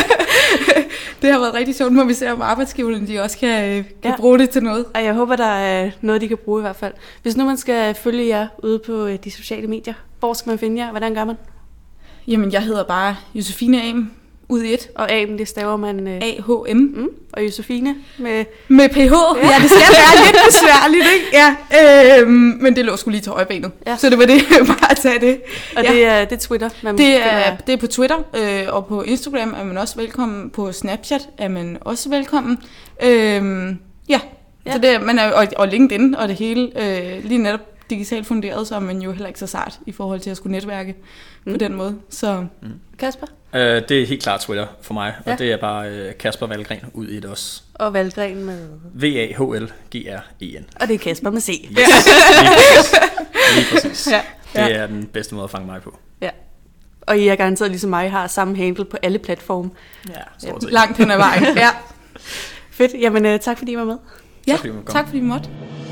B: Det har været rigtig sjovt, når vi ser, om arbejdsgiverne de også kan, kan ja. bruge det til noget.
D: Og jeg håber, der er noget, de kan bruge i hvert fald. Hvis nu man skal følge jer ude på de sociale medier, hvor skal man finde jer? Hvordan gør man?
B: Jamen, jeg hedder bare Josefine Am. Ud i et.
D: Og Aben, det staver man... Øh...
B: A H M. Mm.
D: Og Josefine med...
B: Med P H. Ja, ja det skal være lidt besværligt, ikke? Ja, øhm, men det lå sgu lige til højbenet. Ja. Så det var det, bare at tage det.
D: Og
B: ja.
D: det, er, det er Twitter? Man
B: det, er, det er på Twitter, øh, og på Instagram er man også velkommen. På Snapchat er man også velkommen. Øhm, ja, ja. Så det, man er, og, og LinkedIn og det hele. Øh, lige netop digitalt funderet, så er man jo heller ikke så sart i forhold til at skulle netværke mm. på den måde. Så
D: mm. Kasper?
A: Uh, det er helt klart Twitter for mig, ja. Og det er bare uh, Kasper Valgren ud i det også.
D: Og Valgren med?
A: V A H L G R E N.
D: Og det er Kasper med C.
A: Yes. Lige præcis. Lige præcis. Ja. Det
B: ja.
A: er den bedste måde at fange mig på.
D: Ja. Og I er garanteret ligesom mig har samme handle på alle platforme.
A: Ja,
B: ja langt hen ad vejen. Ja.
D: Fedt. Jamen, uh, tak fordi I var med.
B: Ja, tak fordi, tak fordi I måtte.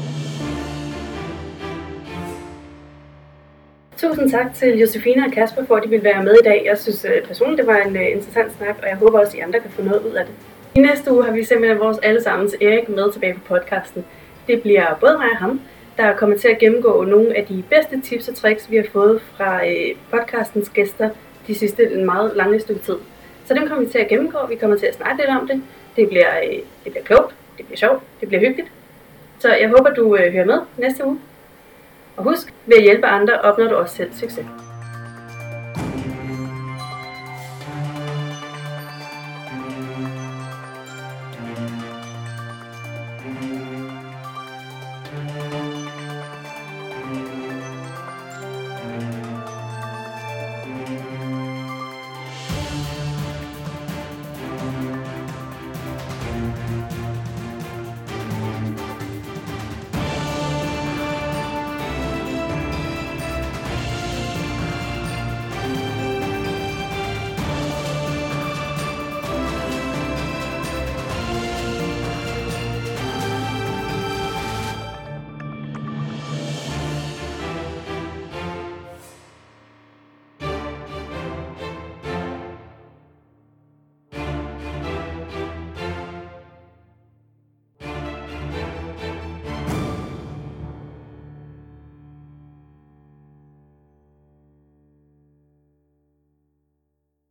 C: Tusind tak til Josefine og Kasper for, at de ville være med i dag. Jeg synes personligt, det var en interessant snak, og jeg håber også, at I andre kan få noget ud af det. I næste uge har vi simpelthen vores allesammens Erik med tilbage på podcasten. Det bliver både mig og ham, der kommer til at gennemgå nogle af de bedste tips og tricks, vi har fået fra podcastens gæster de sidste meget lange stykke tid. Så dem kommer vi til at gennemgå, vi kommer til at snakke lidt om det. Det bliver, det bliver klogt, det bliver sjovt, det bliver hyggeligt. Så jeg håber, du hører med næste uge. Og husk, ved at hjælpe andre opnår du også selv succes.